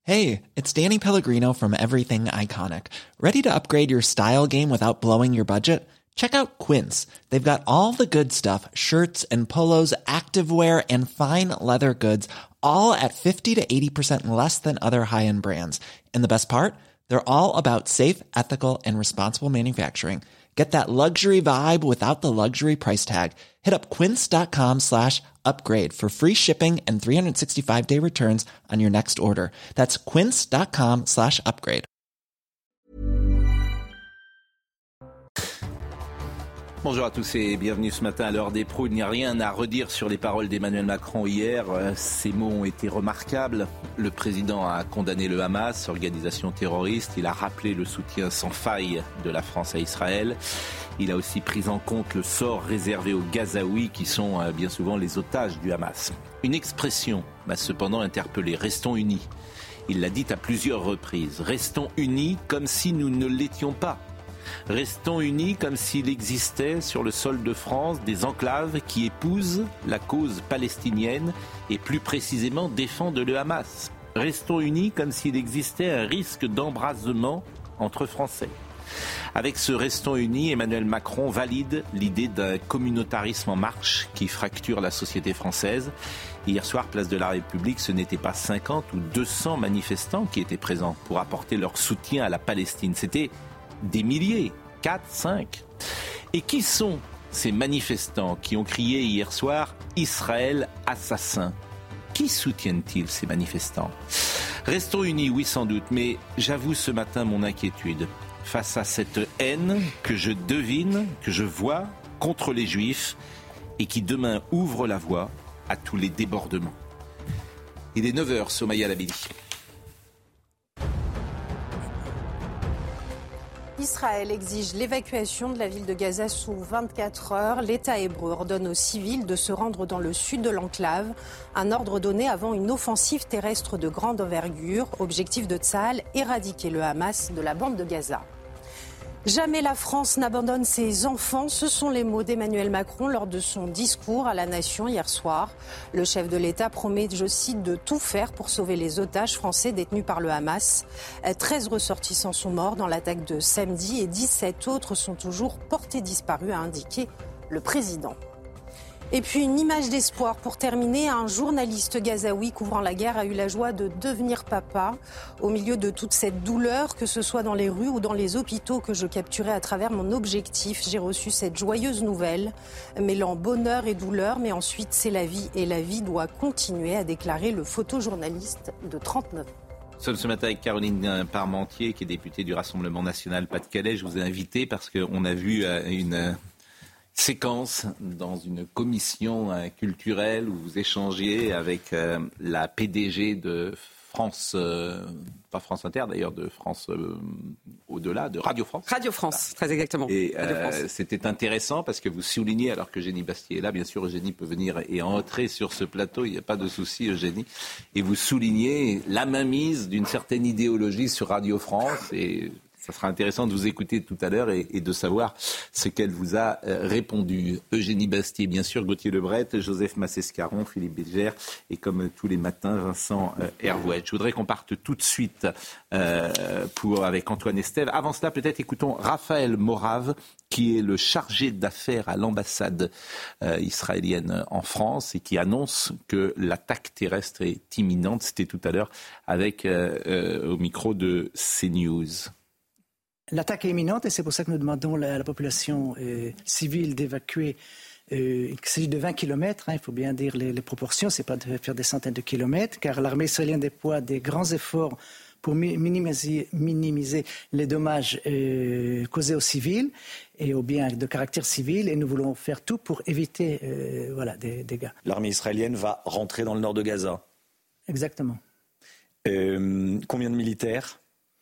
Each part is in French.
Hey, it's Danny Pellegrino from Everything Iconic. Ready to upgrade your style game without blowing your budget? Check out Quince. They've got all the good stuff, shirts and polos, activewear, and fine leather goods, all at 50 to 80% less than other high-end brands. And the best part? They're all about safe, ethical, and responsible manufacturing. Get that luxury vibe without the luxury price tag. Hit up quince.com/upgrade for free shipping and 365-day returns on your next order. That's quince.com/upgrade. Bonjour à tous et bienvenue ce matin à l'heure des pros. Il n'y a rien à redire sur les paroles d'Emmanuel Macron hier. Ces mots ont été remarquables. Le président a condamné le Hamas, organisation terroriste. Il a rappelé le soutien sans faille de la France à Israël. Il a aussi pris en compte le sort réservé aux Gazaouis qui sont bien souvent les otages du Hamas. Une expression m'a cependant interpellé. Restons unis. Il l'a dit à plusieurs reprises. Restons unis comme si nous ne l'étions pas. Restons unis comme s'il existait sur le sol de France des enclaves qui épousent la cause palestinienne et plus précisément défendent le Hamas. Restons unis comme s'il existait un risque d'embrasement entre Français. Avec ce Restons unis, Emmanuel Macron valide l'idée d'un communautarisme en marche qui fracture la société française. Hier soir, place de la République, ce n'était pas 50 ou 200 manifestants qui étaient présents pour apporter leur soutien à la Palestine. C'était des milliers, 4, 5. Et qui sont ces manifestants qui ont crié hier soir « Israël assassin » ? Qui soutiennent-ils, ces manifestants ? Restons unis, oui sans doute, mais j'avoue ce matin mon inquiétude face à cette haine que je devine, que je vois contre les Juifs et qui demain ouvre la voie à tous les débordements. Il est 9h, Somaya Labidi. Israël exige l'évacuation de la ville de Gaza sous 24 heures. L'État hébreu ordonne aux civils de se rendre dans le sud de l'enclave. Un ordre donné avant une offensive terrestre de grande envergure. Objectif de Tsahal, éradiquer le Hamas de la bande de Gaza. Jamais la France n'abandonne ses enfants. Ce sont les mots d'Emmanuel Macron lors de son discours à la nation hier soir. Le chef de l'État promet, je cite, de tout faire pour sauver les otages français détenus par le Hamas. 13 ressortissants sont morts dans l'attaque de samedi et 17 autres sont toujours portés disparus, a indiqué le président. Et puis une image d'espoir pour terminer. Un journaliste gazaoui couvrant la guerre a eu la joie de devenir papa. Au milieu de toute cette douleur, que ce soit dans les rues ou dans les hôpitaux que je capturais à travers mon objectif, j'ai reçu cette joyeuse nouvelle, mêlant bonheur et douleur. Mais ensuite, c'est la vie et la vie doit continuer, a déclaré le photojournaliste de 39 ans. Nous sommes ce matin avec Caroline Parmentier, qui est députée du Rassemblement National Pas-de-Calais. Je vous ai invité parce qu'on a vu une séquence dans une commission culturelle où vous échangiez avec la PDG de France, pas France Inter d'ailleurs, de France au-delà, de Radio France. Radio France, très exactement. Et c'était intéressant parce que vous soulignez, alors qu'Eugénie Bastier est là, bien sûr Eugénie peut venir et entrer sur ce plateau, il n'y a pas de souci Eugénie, et vous soulignez la mainmise d'une certaine idéologie sur Radio France et ça sera intéressant de vous écouter tout à l'heure et de savoir ce qu'elle vous a répondu. Eugénie Bastier, bien sûr, Gauthier Lebret, Joseph Massescaron, Philippe Bilger et comme tous les matins, Vincent Hervouet. Je voudrais qu'on parte tout de suite avec Antoine Estève. Avant cela, peut-être écoutons Raphaël Morave, qui est le chargé d'affaires à l'ambassade israélienne en France et qui annonce que l'attaque terrestre est imminente. C'était tout à l'heure avec au micro de CNews. L'attaque est imminente et c'est pour ça que nous demandons à la population civile d'évacuer. Il s'agit de 20 kilomètres, il faut bien dire les proportions, c'est pas de faire des centaines de kilomètres, car l'armée israélienne déploie des grands efforts pour minimiser les dommages causés aux civils et aux biens de caractère civil, et nous voulons faire tout pour éviter des dégâts. L'armée israélienne va rentrer dans le nord de Gaza. Exactement. Combien de militaires ?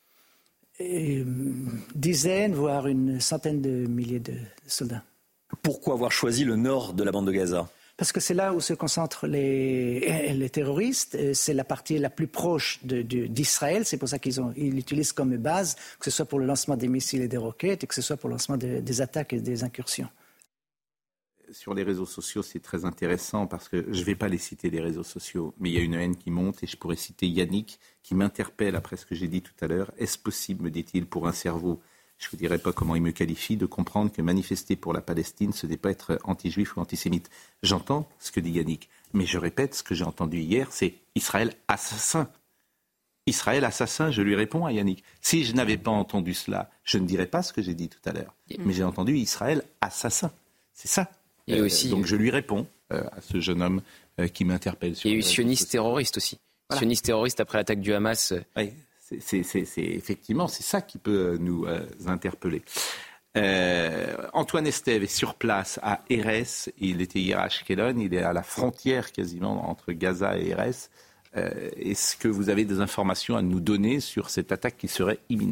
Dizaines, voire une centaine de milliers de soldats. Pourquoi avoir choisi le nord de la bande de Gaza ? Parce que c'est là où se concentrent les terroristes. C'est la partie la plus proche d'Israël. C'est pour ça qu'ils l'utilisent comme base, que ce soit pour le lancement des missiles et des roquettes, et que ce soit pour le lancement des attaques et des incursions. sur les réseaux sociaux, c'est très intéressant parce que je ne vais pas les citer, les réseaux sociaux, mais il y a une haine qui monte et je pourrais citer Yannick qui m'interpelle après ce que j'ai dit tout à l'heure. Est-ce possible, me dit-il, pour un cerveau, je ne vous dirai pas comment il me qualifie, de comprendre que manifester pour la Palestine, ce n'est pas être anti-juif ou antisémite. J'entends ce que dit Yannick, mais je répète, ce que j'ai entendu hier, c'est Israël assassin. Israël assassin, je lui réponds à Yannick. Si je n'avais pas entendu cela, je ne dirais pas ce que j'ai dit tout à l'heure. Mais j'ai entendu Israël assassin. C'est ça. Et aussi, donc je lui réponds à ce jeune homme qui m'interpelle. Il y a eu sioniste terroriste aussi. Voilà. Sioniste terroriste après l'attaque du Hamas. Oui, effectivement, c'est ça qui peut nous interpeller. Antoine Estève est sur place à Erez. Il était hier à Ashkelon. Il est à la frontière quasiment entre Gaza et Erez. Est-ce que vous avez des informations à nous donner sur cette attaque qui serait imminente ?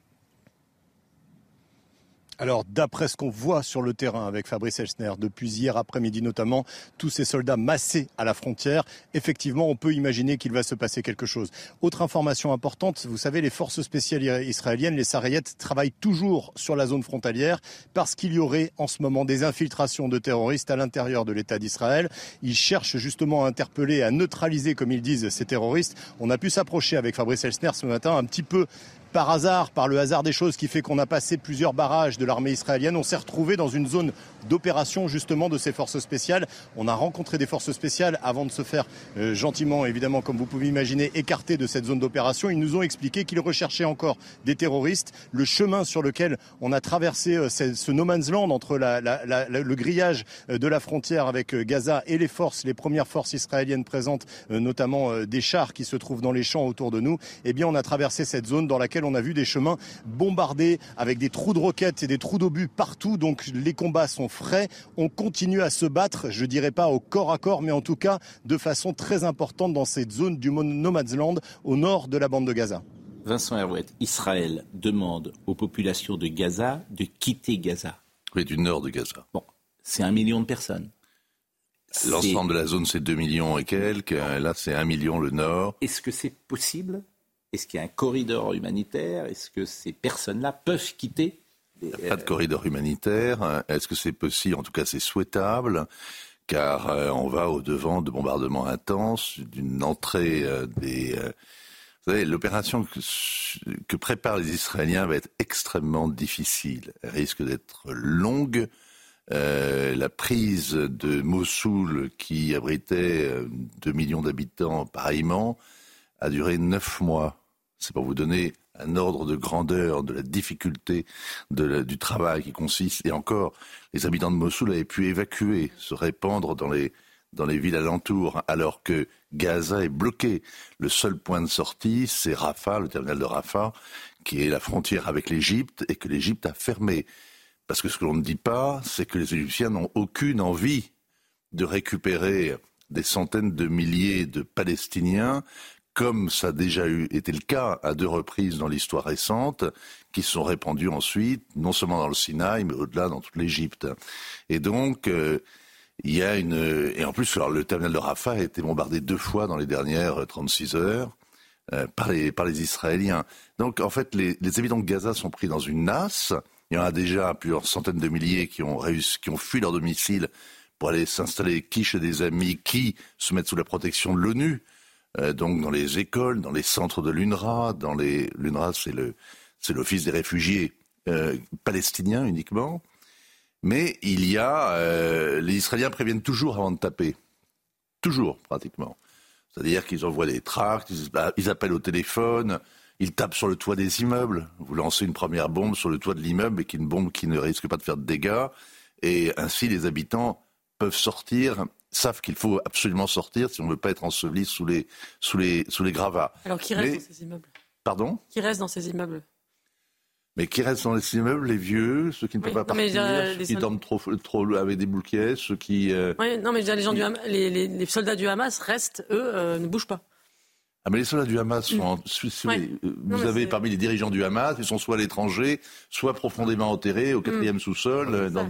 Alors, d'après ce qu'on voit sur le terrain avec Fabrice Elsner, depuis hier après-midi notamment, tous ces soldats massés à la frontière, effectivement, on peut imaginer qu'il va se passer quelque chose. Autre information importante, vous savez, les forces spéciales israéliennes, les Sarayet, travaillent toujours sur la zone frontalière parce qu'il y aurait en ce moment des infiltrations de terroristes à l'intérieur de l'État d'Israël. Ils cherchent justement à interpeller, à neutraliser, comme ils disent, ces terroristes. On a pu s'approcher avec Fabrice Elsner ce matin un petit peu par hasard, par le hasard des choses qui fait qu'on a passé plusieurs barrages de l'armée israélienne. On s'est retrouvé dans une zone d'opération justement de ces forces spéciales. On a rencontré des forces spéciales avant de se faire gentiment, évidemment, comme vous pouvez imaginer, écarter de cette zone d'opération. Ils nous ont expliqué qu'ils recherchaient encore des terroristes. Le chemin sur lequel on a traversé ce no man's land entre le grillage de la frontière avec Gaza et les premières forces israéliennes présentes, notamment des chars qui se trouvent dans les champs autour de nous, eh bien on a traversé cette zone dans laquelle on a vu des chemins bombardés avec des trous de roquettes et des trous d'obus partout. Donc les combats sont frais. On continue à se battre, je dirais pas au corps à corps, mais en tout cas de façon très importante dans cette zone du no man's land au nord de la bande de Gaza. Vincent Herouette, Israël demande aux populations de Gaza de quitter Gaza. Oui, du nord de Gaza. Bon, c'est 1 million de personnes. L'ensemble de la zone, c'est 2 millions et quelques. Là, c'est 1 million le nord. Est-ce que c'est possible ? Est-ce qu'il y a un corridor humanitaire ? Est-ce que ces personnes-là peuvent quitter ? Il n'y a pas de corridor humanitaire. Est-ce que c'est possible ? En tout cas, c'est souhaitable, car on va au-devant de bombardements intenses, d'une entrée des... Vous savez, l'opération que préparent les Israéliens va être extrêmement difficile. Elle risque d'être longue. La prise de Mossoul, qui abritait 2 millions d'habitants pareillement, a duré 9 mois. C'est pour vous donner un ordre de grandeur, de la difficulté du travail qui consiste. Et encore, les habitants de Mossoul avaient pu évacuer, se répandre dans les villes alentours, alors que Gaza est bloqué. Le seul point de sortie, c'est Rafah, le terminal de Rafah, qui est la frontière avec l'Égypte, et que l'Égypte a fermé. Parce que ce que l'on ne dit pas, c'est que les Égyptiens n'ont aucune envie de récupérer des centaines de milliers de Palestiniens, comme ça a déjà été le cas à 2 reprises dans l'histoire récente, qui se sont répandus ensuite, non seulement dans le Sinaï, mais au-delà dans toute l'Égypte. Et donc, il y a et en plus, alors, le terminal de Rafah a été bombardé 2 fois dans les dernières 36 heures par les Israéliens. Donc, en fait, les habitants de Gaza sont pris dans une nasse. Il y en a déjà plusieurs centaines de milliers qui ont fui leur domicile pour aller s'installer qui chez des amis, qui se mettent sous la protection de l'ONU. Donc dans les écoles, dans les centres de l'UNRWA, l'UNRWA c'est l'office des réfugiés palestiniens uniquement, mais il y a les Israéliens préviennent toujours avant de taper, toujours pratiquement. C'est-à-dire qu'ils envoient des tracts, ils appellent au téléphone, ils tapent sur le toit des immeubles. Vous lancez une première bombe sur le toit de l'immeuble, et une bombe qui ne risque pas de faire de dégâts, et ainsi les habitants peuvent sortir. Savent qu'il faut absolument sortir si on ne veut pas être enseveli sous les gravats. Alors qui reste dans ces immeubles ? Pardon ? Qui reste dans ces immeubles ? Mais qui restent dans les immeubles ? Les vieux, ceux qui ne peuvent pas partir, ceux qui dorment trop avec des boules, ceux qui... Oui, non mais je veux dire, les gens du Hamas, les soldats du Hamas restent, eux, ne bougent pas. Ah mais les soldats du Hamas sont... Vous avez parmi les dirigeants du Hamas, ils sont soit à l'étranger, soit profondément enterrés au 4e sous-sol, dans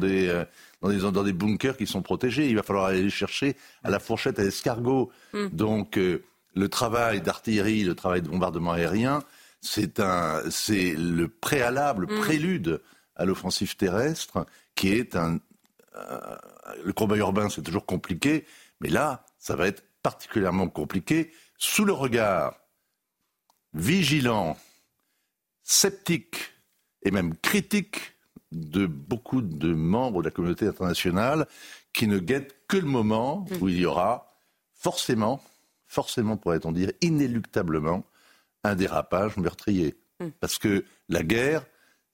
des bunkers qui sont protégés. Il va falloir aller les chercher à la fourchette à l'escargot. Donc le travail d'artillerie, le travail de bombardement aérien, c'est le préalable, le prélude à l'offensive terrestre, qui est un le combat urbain, c'est toujours compliqué, mais là, ça va être particulièrement compliqué sous le regard vigilant, sceptique et même critique de beaucoup de membres de la communauté internationale qui ne guettent que le moment où il y aura forcément, pourrait-on dire, inéluctablement, un dérapage meurtrier. Parce que la guerre,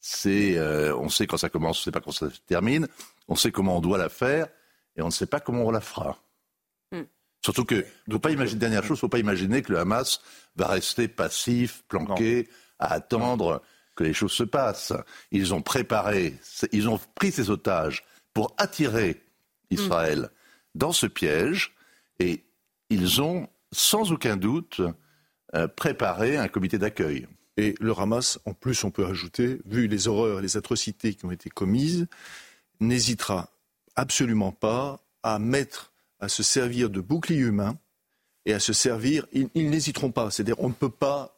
on sait quand ça commence, on ne sait pas quand ça se termine, on sait comment on doit la faire, et on ne sait pas comment on la fera. Surtout que, dernière chose, il ne faut pas imaginer que le Hamas va rester passif, planqué, à attendre que les choses se passent. Ils ont pris ces otages pour attirer Israël dans ce piège, et ils ont, sans aucun doute, préparé un comité d'accueil. Et le Hamas, en plus, on peut ajouter, vu les horreurs et les atrocités qui ont été commises, n'hésitera absolument pas à se servir de boucliers humains et à se servir. Ils n'hésiteront pas. C'est-à-dire, on ne peut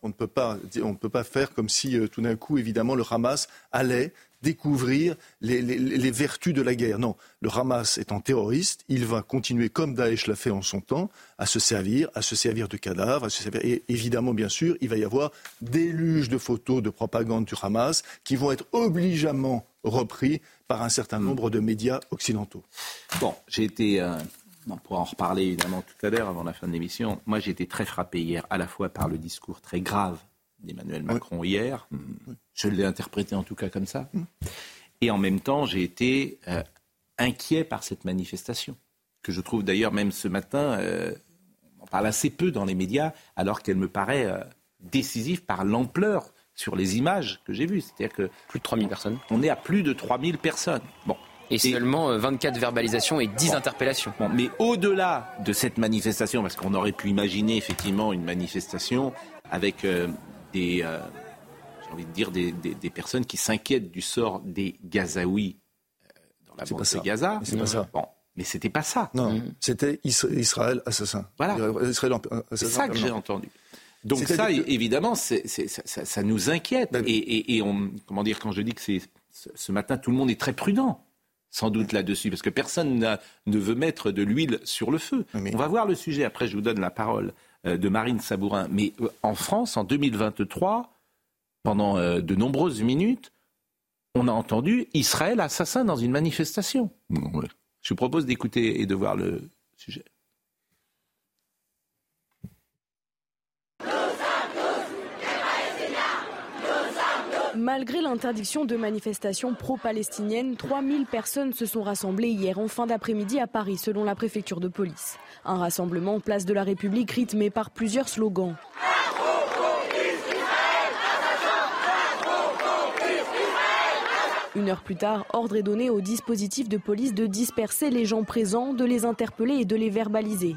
pas faire comme si tout d'un coup, évidemment, le Hamas allait découvrir les vertus de la guerre. Non, le Hamas étant terroriste, il va continuer, comme Daesh l'a fait en son temps, à se servir de cadavres, et évidemment, bien sûr, il va y avoir déluge de photos de propagande du Hamas qui vont être obligeamment repris par un certain nombre de médias occidentaux. Bon, on pourra en reparler évidemment tout à l'heure avant la fin de l'émission. Moi, j'ai été très frappé hier, à la fois par le discours très grave d'Emmanuel Macron hier. Je l'ai interprété en tout cas comme ça. Et en même temps, j'ai été inquiet par cette manifestation, que je trouve d'ailleurs même ce matin, on en parle assez peu dans les médias, alors qu'elle me paraît décisive par l'ampleur sur les images que j'ai vues. C'est-à-dire que plus de 3000 personnes. On est à plus de 3000 personnes. Bon. Et seulement 24 verbalisations et 10 interpellations. Bon, mais au-delà de cette manifestation, parce qu'on aurait pu imaginer effectivement une manifestation avec des personnes qui s'inquiètent du sort des Gazaouis dans la bande de Gaza. Mais c'est pas ça. Bon, mais c'était pas ça. Non, c'était Israël assassin. Voilà. Israël c'est ça que j'ai entendu. Donc ça, évidemment, ça nous inquiète. Et quand je dis que ce matin, tout le monde est très prudent. Sans doute là-dessus, parce que personne ne veut mettre de l'huile sur le feu. On va voir le sujet, après je vous donne la parole de Marine Sabourin. Mais en France, en 2023, pendant de nombreuses minutes, on a entendu Israël assassin dans une manifestation. Ouais. Je vous propose d'écouter et de voir le sujet. Malgré l'interdiction de manifestations pro-palestiniennes, 3000 personnes se sont rassemblées hier en fin d'après-midi à Paris, selon la préfecture de police. Un rassemblement place de la République rythmé par plusieurs slogans. Une heure plus tard, ordre est donné au dispositif de police de disperser les gens présents, de les interpeller et de les verbaliser.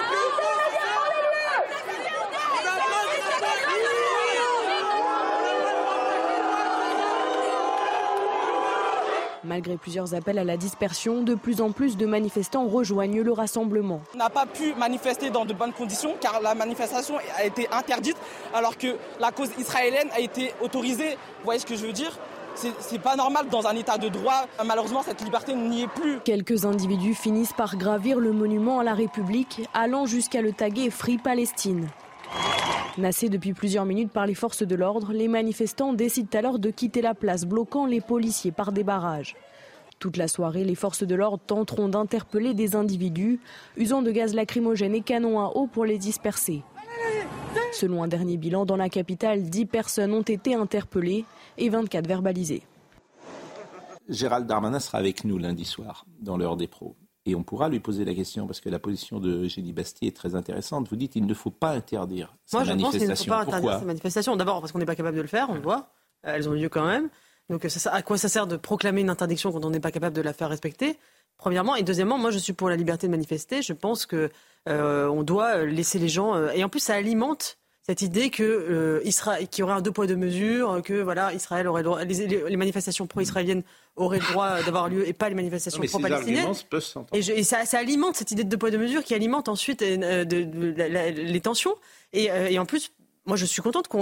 Malgré plusieurs appels à la dispersion, de plus en plus de manifestants rejoignent le rassemblement. On n'a pas pu manifester dans de bonnes conditions car la manifestation a été interdite alors que la cause israélienne a été autorisée. Vous voyez ce que je veux dire ? C'est pas normal dans un état de droit. Malheureusement, cette liberté n'y est plus. Quelques individus finissent par gravir le monument à la République, allant jusqu'à le taguer Free Palestine. Nassés depuis plusieurs minutes par les forces de l'ordre, les manifestants décident alors de quitter la place, bloquant les policiers par des barrages. Toute la soirée, les forces de l'ordre tenteront d'interpeller des individus, usant de gaz lacrymogène et canons à eau pour les disperser. Selon un dernier bilan, dans la capitale, 10 personnes ont été interpellées et 24 verbalisées. Gérald Darmanin sera avec nous lundi soir, dans l'heure des pros. Et on pourra lui poser la question, parce que la position de Eugénie Bastier est très intéressante. Vous dites qu'il ne faut pas interdire ces manifestations. Moi, je pense qu'il ne faut pas interdire ces manifestations. D'abord, parce qu'on n'est pas capable de le faire, on le voit. Elles ont lieu quand même. Donc, à quoi ça sert de proclamer une interdiction quand on n'est pas capable de la faire respecter ? Premièrement. Et deuxièmement, moi, je suis pour la liberté de manifester. Je pense qu'on doit laisser les gens... et en plus, ça alimente cette idée qu'il y aurait un 2 poids 2 mesures, que voilà, Israël aurait le droit, les manifestations pro-israéliennes auraient le droit d'avoir lieu et pas les manifestations pro-palestiniennes. Et ça alimente cette idée de 2 poids 2 mesures qui alimente ensuite les tensions. Et en plus, Moi, je suis contente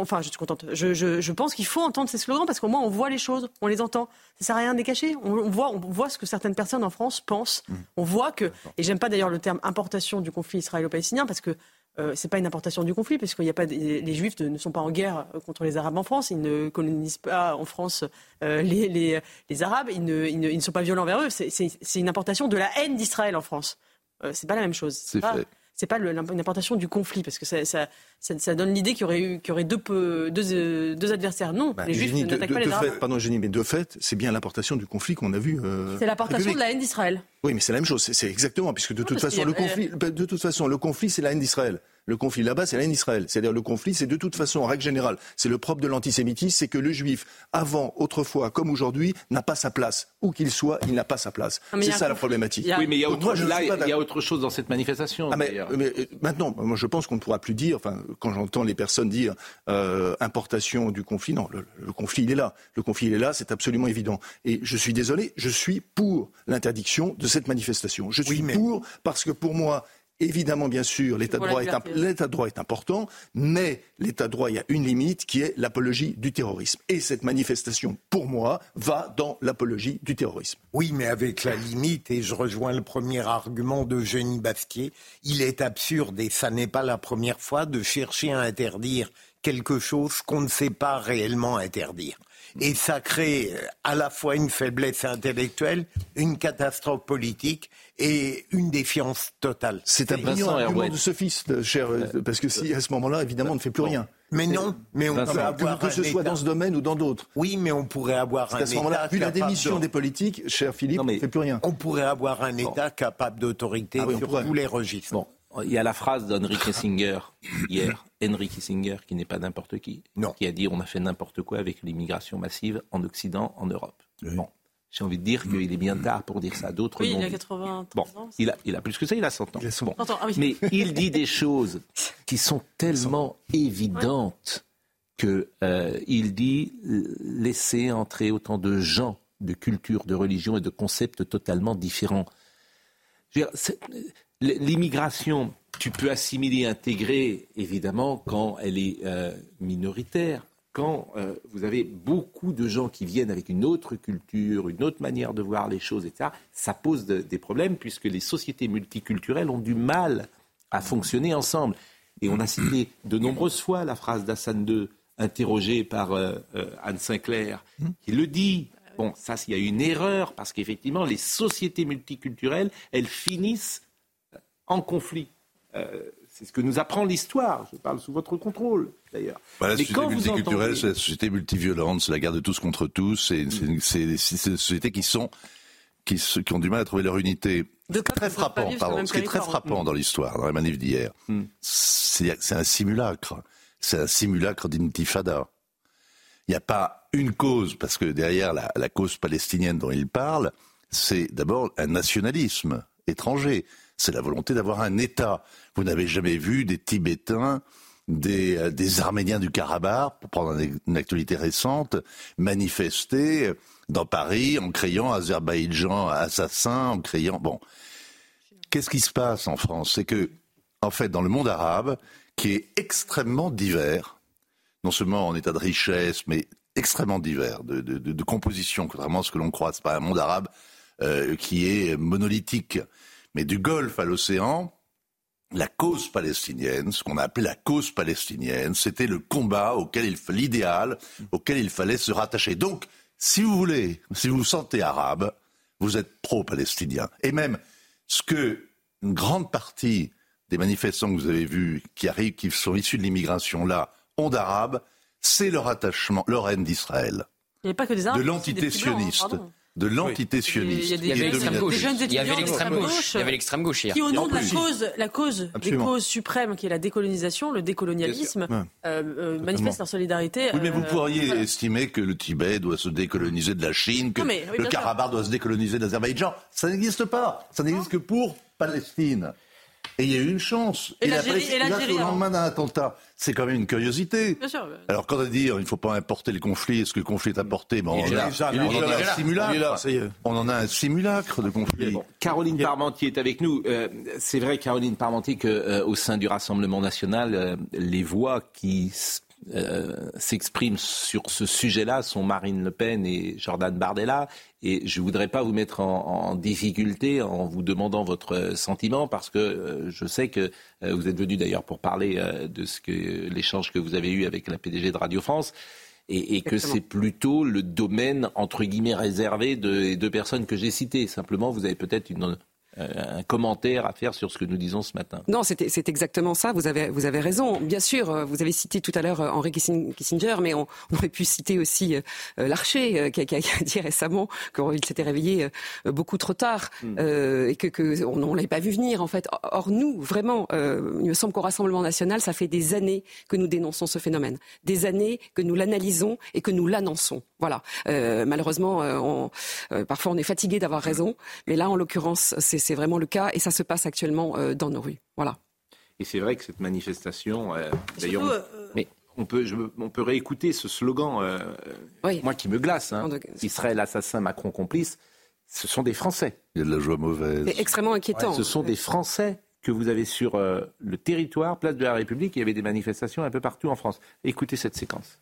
je pense qu'il faut entendre ces slogans parce qu'au moins, on voit les choses, on les entend. Ça sert à rien de les cacher. On voit ce que certaines personnes en France pensent. On voit que, et j'aime pas d'ailleurs le terme importation du conflit israélo-palestinien parce que c'est pas une importation du conflit, parce qu'il y a pas les Juifs ne sont pas en guerre contre les Arabes en France, ils ne colonisent pas en France les Arabes, ils ne sont pas violents envers eux. C'est une importation de la haine d'Israël en France. C'est pas la même chose. C'est pas une importation du conflit, parce que ça donne l'idée qu'il y aurait deux adversaires. Non, les Juifs n'attaquent pas les Arabes. Pardon, Eugénie, mais de fait, c'est bien l'importation du conflit qu'on a vu. C'est l'importation de la haine d'Israël. Oui, mais c'est la même chose. C'est exactement, puisque de toute façon, le conflit, c'est la haine d'Israël. Le conflit là-bas, c'est la haine d'Israël. C'est-à-dire le conflit, c'est de toute façon, en règle générale, c'est le propre de l'antisémitisme, c'est que le juif, avant, autrefois, comme aujourd'hui, n'a pas sa place. Où qu'il soit, il n'a pas sa place. C'est ça la problématique. Oui, mais il y a autre chose dans cette manifestation. Mais maintenant, moi je pense qu'on ne pourra plus dire, quand j'entends les personnes dire importation du conflit, non, le conflit il est là. Le conflit il est là, c'est absolument évident. Et je suis désolé, je suis pour l'interdiction de cette manifestation. Je suis pour, parce que pour moi, évidemment, bien sûr, l'état de droit est important, mais l'état de droit, il y a une limite qui est l'apologie du terrorisme. Et cette manifestation, pour moi, va dans l'apologie du terrorisme. Oui, mais avec la limite, et je rejoins le premier argument d'Eugénie Bastier, il est absurde, et ça n'est pas la première fois, de chercher à interdire quelque chose qu'on ne sait pas réellement interdire. Et ça crée à la fois une faiblesse intellectuelle, une catastrophe politique et une défiance totale. C'est un brillant argument de sophiste, cher, parce que si à ce moment-là, évidemment, on ne fait plus rien. Mais non, mais on peut avoir que ce soit dans ce domaine ou dans d'autres. Oui, mais on pourrait avoir un État. À ce moment-là, vu la démission des politiques, cher Philippe, on ne fait plus rien. On pourrait avoir un État capable d'autorité sur tous les registres. Bon. Il y a la phrase d'Henry Kissinger hier, Henry Kissinger, qui n'est pas n'importe qui, qui a dit on a fait n'importe quoi avec l'immigration massive en Occident, en Europe. Oui. Bon, j'ai envie de dire qu'il est bien tard pour dire ça. D'autres il a 80 ans. Il a plus que ça, il a 100 ans. Bon. Mais il dit des choses qui sont tellement évidentes qu'il dit laisser entrer autant de gens, de cultures, de religions et de concepts totalement différents. Je veux dire, l'immigration, tu peux assimiler, intégrer, évidemment, quand elle est minoritaire. Quand vous avez beaucoup de gens qui viennent avec une autre culture, une autre manière de voir les choses, etc., ça pose des problèmes puisque les sociétés multiculturelles ont du mal à fonctionner ensemble. Et on a cité de nombreuses fois la phrase d'Hassan II, interrogé par Anne Sinclair, qui le dit. Bon, ça, il y a une erreur parce qu'effectivement, les sociétés multiculturelles, elles finissent en conflit. C'est ce que nous apprend l'histoire. Je parle sous votre contrôle, d'ailleurs. La société multiculturelle, c'est la société multiviolente, c'est la guerre de tous contre tous. C'est des sociétés qui ont du mal à trouver leur unité. Ce qui est très frappant dans l'histoire, dans la manif d'hier, c'est un simulacre. C'est un simulacre d'intifada. Il n'y a pas une cause, parce que derrière la cause palestinienne dont il parle, c'est d'abord un nationalisme étranger. C'est la volonté d'avoir un État. Vous n'avez jamais vu des Tibétains, des Arméniens du Karabakh, pour prendre une actualité récente, manifester dans Paris en criant Azerbaïdjan assassin, en criant... Bon, qu'est-ce qui se passe en France ? C'est que, en fait, dans le monde arabe, qui est extrêmement divers, non seulement en état de richesse, mais extrêmement divers, de composition, contrairement à ce que l'on croit. C'est pas un monde arabe qui est monolithique. Mais du Golfe à l'océan, la cause palestinienne, ce qu'on a appelé la cause palestinienne, c'était le combat l'idéal auquel il fallait se rattacher. Donc, si vous vous sentez arabe, vous êtes pro-palestinien. Et même ce que une grande partie des manifestants que vous avez vus, qui sont issus de l'immigration là, ont d'arabe, c'est leur attachement, leur haine d'Israël. Il n'y a pas que des arabes, de l'entité sioniste. De l'entité sioniste. Il y avait l'extrême gauche hier. Qui, au nom de la cause des causes suprêmes, qui est la décolonisation, le décolonialisme, manifestent leur solidarité. Oui, mais vous pourriez estimer que le Tibet doit se décoloniser de la Chine, que le Karabakh doit se décoloniser d'Azerbaïdjan. Ça n'existe pas. Ça n'existe que pour Palestine. Et il y a eu une chance. Et la l'Algérie, Palestine, au lendemain d'un attentat, c'est quand même une curiosité. Bien sûr. Alors, quand on dit il ne faut pas importer le conflit, est-ce que le conflit est importé? On en a un simulacre. On en a un simulacre de conflit. Bon, Caroline Parmentier est avec nous. C'est vrai, Caroline Parmentier, qu'au sein du Rassemblement national, les voix qui s'expriment sur ce sujet-là sont Marine Le Pen et Jordan Bardella. Et je ne voudrais pas vous mettre en difficulté en vous demandant votre sentiment, parce que je sais que vous êtes venu d'ailleurs pour parler de l'échange que vous avez eu avec la PDG de Radio France, et que c'est plutôt le domaine, entre guillemets, réservé des deux personnes que j'ai citées. Simplement, vous avez peut-être un commentaire à faire sur ce que nous disons ce matin. Non, c'est exactement ça, vous avez raison. Bien sûr, vous avez cité tout à l'heure Henry Kissinger, mais on aurait pu citer aussi Larcher, qui a dit récemment qu'il s'était réveillé beaucoup trop tard et qu'on ne l'avait pas vu venir, en fait. Or, nous, vraiment, il me semble qu'au Rassemblement national, ça fait des années que nous dénonçons ce phénomène, des années que nous l'analysons et que nous l'annonçons. Voilà. Malheureusement, parfois on est fatigué d'avoir raison, mais là, en l'occurrence, c'est vraiment le cas, et ça se passe actuellement dans nos rues. Voilà. Et c'est vrai que cette manifestation, d'ailleurs, mais on peut réécouter ce slogan, moi qui me glace, Israël assassin, Macron complice, ce sont des Français. Il y a de la joie mauvaise. C'est extrêmement inquiétant. Ce sont des Français que vous avez sur le territoire, place de la République. Il y avait des manifestations un peu partout en France. Écoutez cette séquence.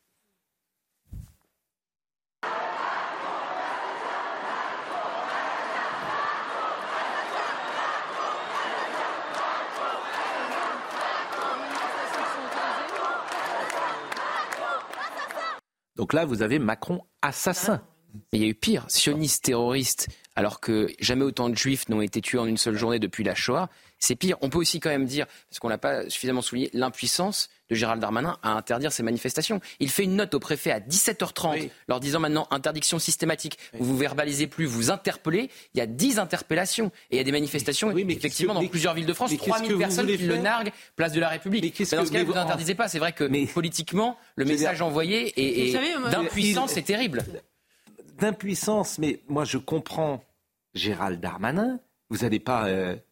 Donc là, vous avez Macron assassin. Il y a eu pire, sioniste terroriste, alors que jamais autant de juifs n'ont été tués en une seule journée depuis la Shoah. C'est pire. On peut aussi quand même dire, parce qu'on n'a pas suffisamment souligné, l'impuissance de Gérald Darmanin à interdire ces manifestations. Il fait une note au préfet à 17h30, leur disant maintenant interdiction systématique. Vous vous verbalisez plus, vous interpellez. Il y a 10 interpellations. Et il y a des manifestations, effectivement, dans plusieurs villes de France. 3000 personnes qui le narguent, place de la République. Mais dans ce cas, vous n'interdisez pas. C'est vrai que politiquement, le message envoyé est d'impuissance, c'est terrible. D'impuissance, mais moi je comprends Gérald Darmanin. Vous n'allez pas...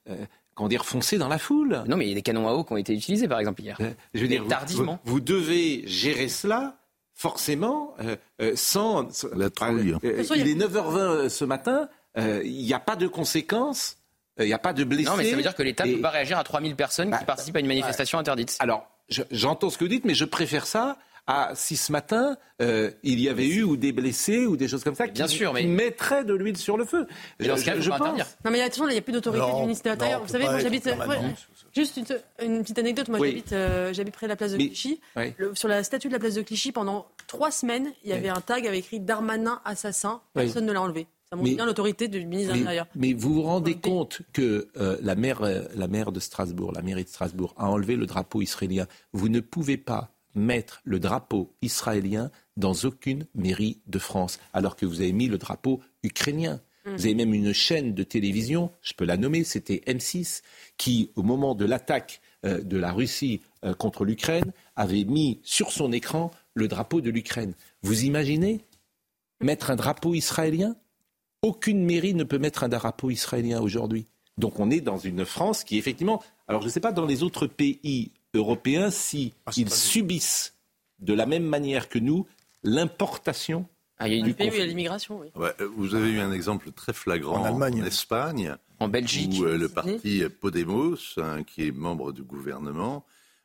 foncer dans la foule. Non, mais il y a des canons à eau qui ont été utilisés, par exemple, hier. Je veux dire, tardivement. Vous devez gérer cela, forcément, sans... La trouille. Il est 9h20 ce matin, il n'y a pas de conséquences, il n'y a pas de blessés. Non, mais ça veut dire que l'État ne peut pas réagir à 3000 personnes qui participent à une manifestation interdite. Alors, j'entends ce que vous dites, mais je préfère ça si ce matin, il y avait eu ou des blessés ou des choses comme ça qui mettraient de l'huile sur le feu. Je pense. Non, mais attention, il n'y a plus d'autorité du ministère de l'Intérieur. Vous savez, moi j'habite... Juste une petite anecdote. Moi j'habite près de la place de Clichy. Sur la statue de la place de Clichy, pendant 3 semaines, il y avait un tag avec écrit Darmanin assassin. Personne ne l'a enlevé. Ça montre bien l'autorité du ministre de l'Intérieur. Mais vous vous rendez compte que la maire de Strasbourg, la mairie de Strasbourg, a enlevé le drapeau israélien. Vous ne pouvez pas mettre le drapeau israélien dans aucune mairie de France, alors que vous avez mis le drapeau ukrainien. Vous avez même une chaîne de télévision, je peux la nommer, c'était M6, qui, au moment de l'attaque de la Russie contre l'Ukraine, avait mis sur son écran le drapeau de l'Ukraine. Vous imaginez mettre un drapeau israélien ? Aucune mairie ne peut mettre un drapeau israélien aujourd'hui. Donc on est dans une France qui, effectivement... Alors je ne sais pas dans les autres pays européens s'ils subissent de la même manière que nous l'importation du pays où il y a l'immigration. Oui. Vous avez eu un exemple très flagrant en Espagne, en Belgique, où le parti Podemos, qui est membre du gouvernement,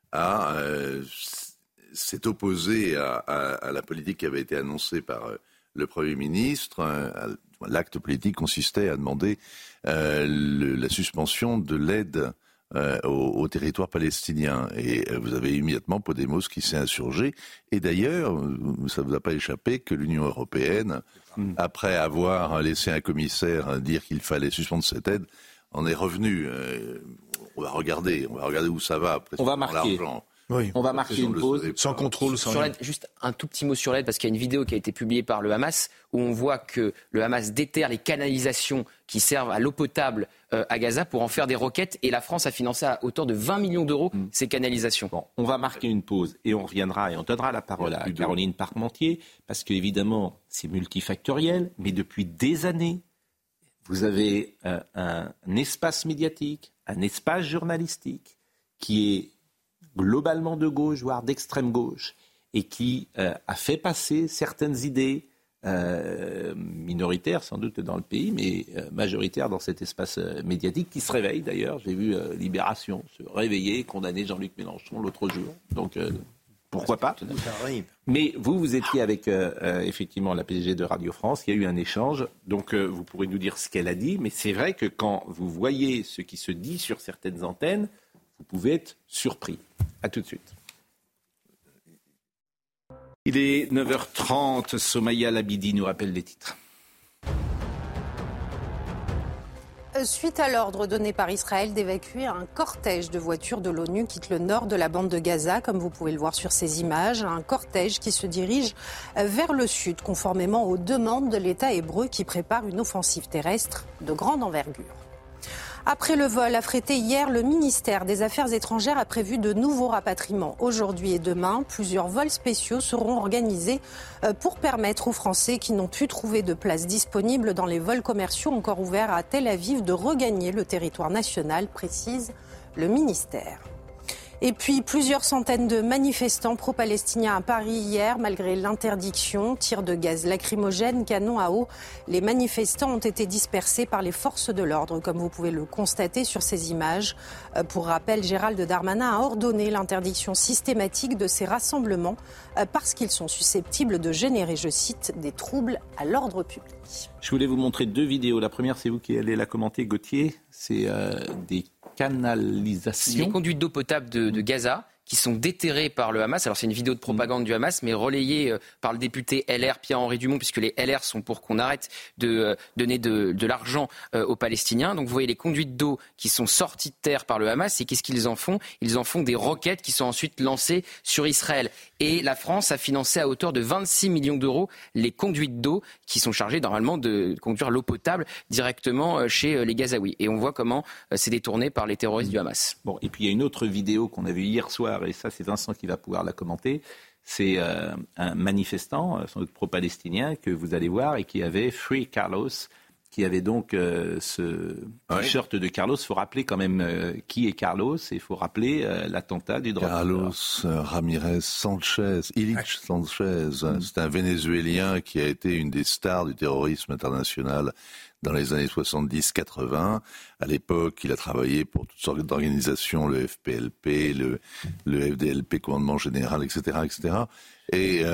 s'est opposé à la politique qui avait été annoncée par le Premier ministre. L'acte politique consistait à demander la suspension de l'aide au territoire palestinien. Et vous avez immédiatement Podemos qui s'est insurgé. Et d'ailleurs, ça ne vous a pas échappé que l'Union européenne, après avoir laissé un commissaire dire qu'il fallait suspendre cette aide, en est revenu. On va regarder où ça va. On va marquer. On va marquer une pause. Sans contrôle, sans rien. Juste un tout petit mot sur l'aide, parce qu'il y a une vidéo qui a été publiée par le Hamas, où on voit que le Hamas déterre les canalisations qui servent à l'eau potable à Gaza pour en faire des roquettes, et la France a financé à hauteur de 20 millions d'euros ces canalisations. Bon, on va marquer une pause et on reviendra et on donnera la parole à Caroline Parmentier, parce qu'évidemment, c'est multifactoriel, mais depuis des années, vous avez un espace médiatique, un espace journalistique qui est globalement de gauche, voire d'extrême gauche, et qui a fait passer certaines idées minoritaires sans doute dans le pays, mais majoritaires dans cet espace médiatique, qui se réveille d'ailleurs. J'ai vu Libération se réveiller, condamner Jean-Luc Mélenchon l'autre jour. Donc pourquoi pas. Mais vous étiez avec effectivement la PDG de Radio France, il y a eu un échange, donc vous pourrez nous dire ce qu'elle a dit, mais c'est vrai que quand vous voyez ce qui se dit sur certaines antennes, vous pouvez être surpris. À tout de suite. Il est 9h30, Somaya Labidi nous rappelle les titres. Suite à l'ordre donné par Israël d'évacuer un cortège de voitures de l'ONU quitte le nord de la bande de Gaza, comme vous pouvez le voir sur ces images. Un cortège qui se dirige vers le sud, conformément aux demandes de l'État hébreu qui prépare une offensive terrestre de grande envergure. Après le vol affrété hier, le ministère des Affaires étrangères a prévu de nouveaux rapatriements. Aujourd'hui et demain, plusieurs vols spéciaux seront organisés pour permettre aux Français qui n'ont pu trouver de place disponible dans les vols commerciaux encore ouverts à Tel Aviv de regagner le territoire national, précise le ministère. Et puis, plusieurs centaines de manifestants pro-palestiniens à Paris hier, malgré l'interdiction, tirs de gaz lacrymogène, canons à eau. Les manifestants ont été dispersés par les forces de l'ordre, comme vous pouvez le constater sur ces images. Pour rappel, Gérald Darmanin a ordonné l'interdiction systématique de ces rassemblements parce qu'ils sont susceptibles de générer, je cite, des troubles à l'ordre public. Je voulais vous montrer 2 vidéos. La première, c'est vous qui allez la commenter, Gauthier. C'est des canalisations. Les conduites d'eau potable de Gaza qui sont déterrés par le Hamas. Alors c'est une vidéo de propagande du Hamas, mais relayée par le député LR Pierre-Henri Dumont, puisque les LR sont pour qu'on arrête de donner de l'argent aux Palestiniens. Donc vous voyez les conduites d'eau qui sont sorties de terre par le Hamas, et qu'est-ce qu'ils en font ? Ils en font des roquettes qui sont ensuite lancées sur Israël. Et la France a financé à hauteur de 26 millions d'euros les conduites d'eau qui sont chargées normalement de conduire l'eau potable directement chez les Gazaouis. Et on voit comment c'est détourné par les terroristes du Hamas. Bon, et puis il y a une autre vidéo qu'on a vue hier soir, et ça c'est Vincent qui va pouvoir la commenter. C'est un manifestant, sans doute pro-palestinien, que vous allez voir, et qui avait Free Carlos, qui avait donc ce t-shirt de Carlos. Il faut rappeler quand même qui est Carlos, et il faut rappeler l'attentat du drone. Carlos Ramirez Sanchez, Ilich Sanchez, c'est un Vénézuélien qui a été une des stars du terrorisme international dans les années 70-80. À l'époque, il a travaillé pour toutes sortes d'organisations, le FPLP, le FDLP, Commandement Général, etc., etc. Et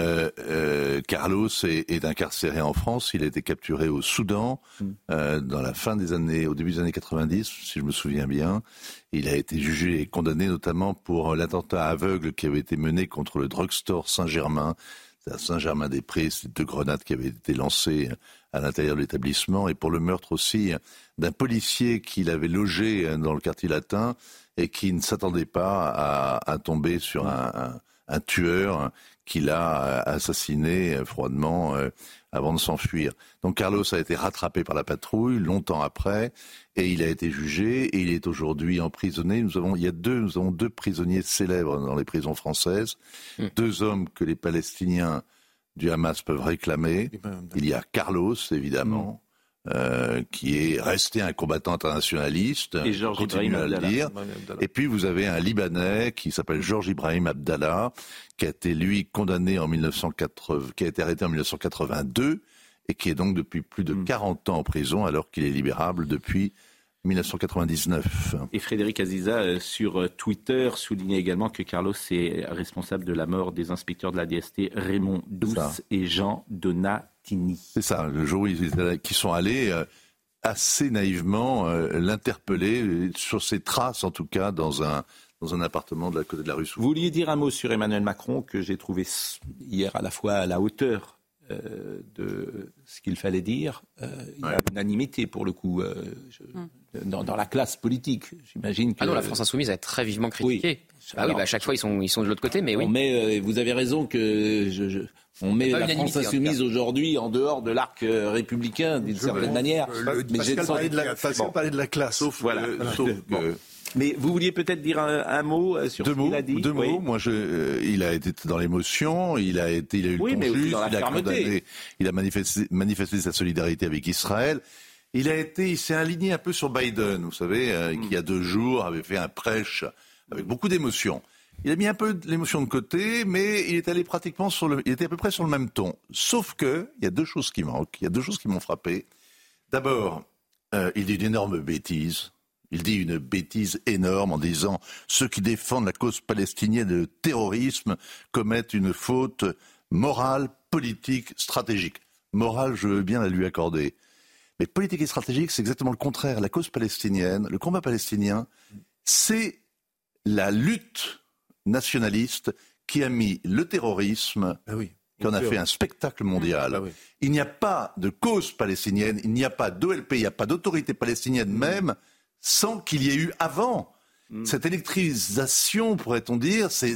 Carlos est incarcéré en France. Il a été capturé au Soudan dans la fin des années, au début des années 90, si je me souviens bien. Il a été jugé et condamné notamment pour l'attentat aveugle qui avait été mené contre le drugstore Saint-Germain. C'est à Saint-Germain-des-Prés, ces 2 grenades qui avaient été lancées à l'intérieur de l'établissement, et pour le meurtre aussi d'un policier qu'il avait logé dans le quartier latin et qui ne s'attendait pas à tomber sur un tueur qui l'a assassiné froidement avant de s'enfuir. Donc Carlos a été rattrapé par la patrouille longtemps après, et il a été jugé, et il est aujourd'hui emprisonné. Nous avons 2 prisonniers célèbres dans les prisons françaises, 2 hommes que les Palestiniens du Hamas peuvent réclamer. Il y a Carlos, évidemment, qui est resté un combattant internationaliste, et Georges continue à le dire. Et puis vous avez un Libanais qui s'appelle Georges Ibrahim Abdallah, qui a été lui condamné qui a été arrêté en 1982 et qui est donc depuis plus de 40 ans en prison, alors qu'il est libérable depuis 1999. Et Frédéric Aziza, sur Twitter, soulignait également que Carlos est responsable de la mort des inspecteurs de la DST Raymond Douce et Jean Donatini. C'est ça, le jour où qui sont allés assez naïvement l'interpeller, sur ses traces en tout cas, dans un appartement de la côté de la rue Souffle. Vous vouliez dire un mot sur Emmanuel Macron, que j'ai trouvé hier à la fois à la hauteur de ce qu'il fallait dire. Il y a unanimité pour le coup dans la classe politique. J'imagine que... Ah non, la France Insoumise a été très vivement critiquée. Oui. À chaque fois ils sont de l'autre côté, mais oui. Vous avez raison que on met la France Insoumise aujourd'hui en dehors de l'arc républicain d'une certaine manière. Pascal parlait de la classe. Sauf mais vous vouliez peut-être dire un mot sur ce qu'il a dit. 2 mots. Moi, il a été dans l'émotion, il a eu le ton juste, il a manifesté sa solidarité avec Israël. il s'est aligné un peu sur Biden, vous savez, qui il y a 2 jours avait fait un prêche avec beaucoup d'émotion. Il a mis un peu de l'émotion de côté, mais il est allé pratiquement il était à peu près sur le même ton. Sauf que, il y a 2 choses qui manquent, il y a 2 choses qui m'ont frappé. D'abord, il dit une énorme bêtise. Il dit une bêtise énorme en disant « Ceux qui défendent la cause palestinienne et le terrorisme commettent une faute morale, politique, stratégique. » Morale, je veux bien la lui accorder. Mais politique et stratégique, c'est exactement le contraire. La cause palestinienne, le combat palestinien, c'est la lutte nationaliste qui a mis le terrorisme, qui en a fait un spectacle mondial. Il n'y a pas de cause palestinienne, il n'y a pas d'OLP, il n'y a pas d'autorité palestinienne même, sans qu'il y ait eu avant cette électrisation, pourrait-on dire, c'est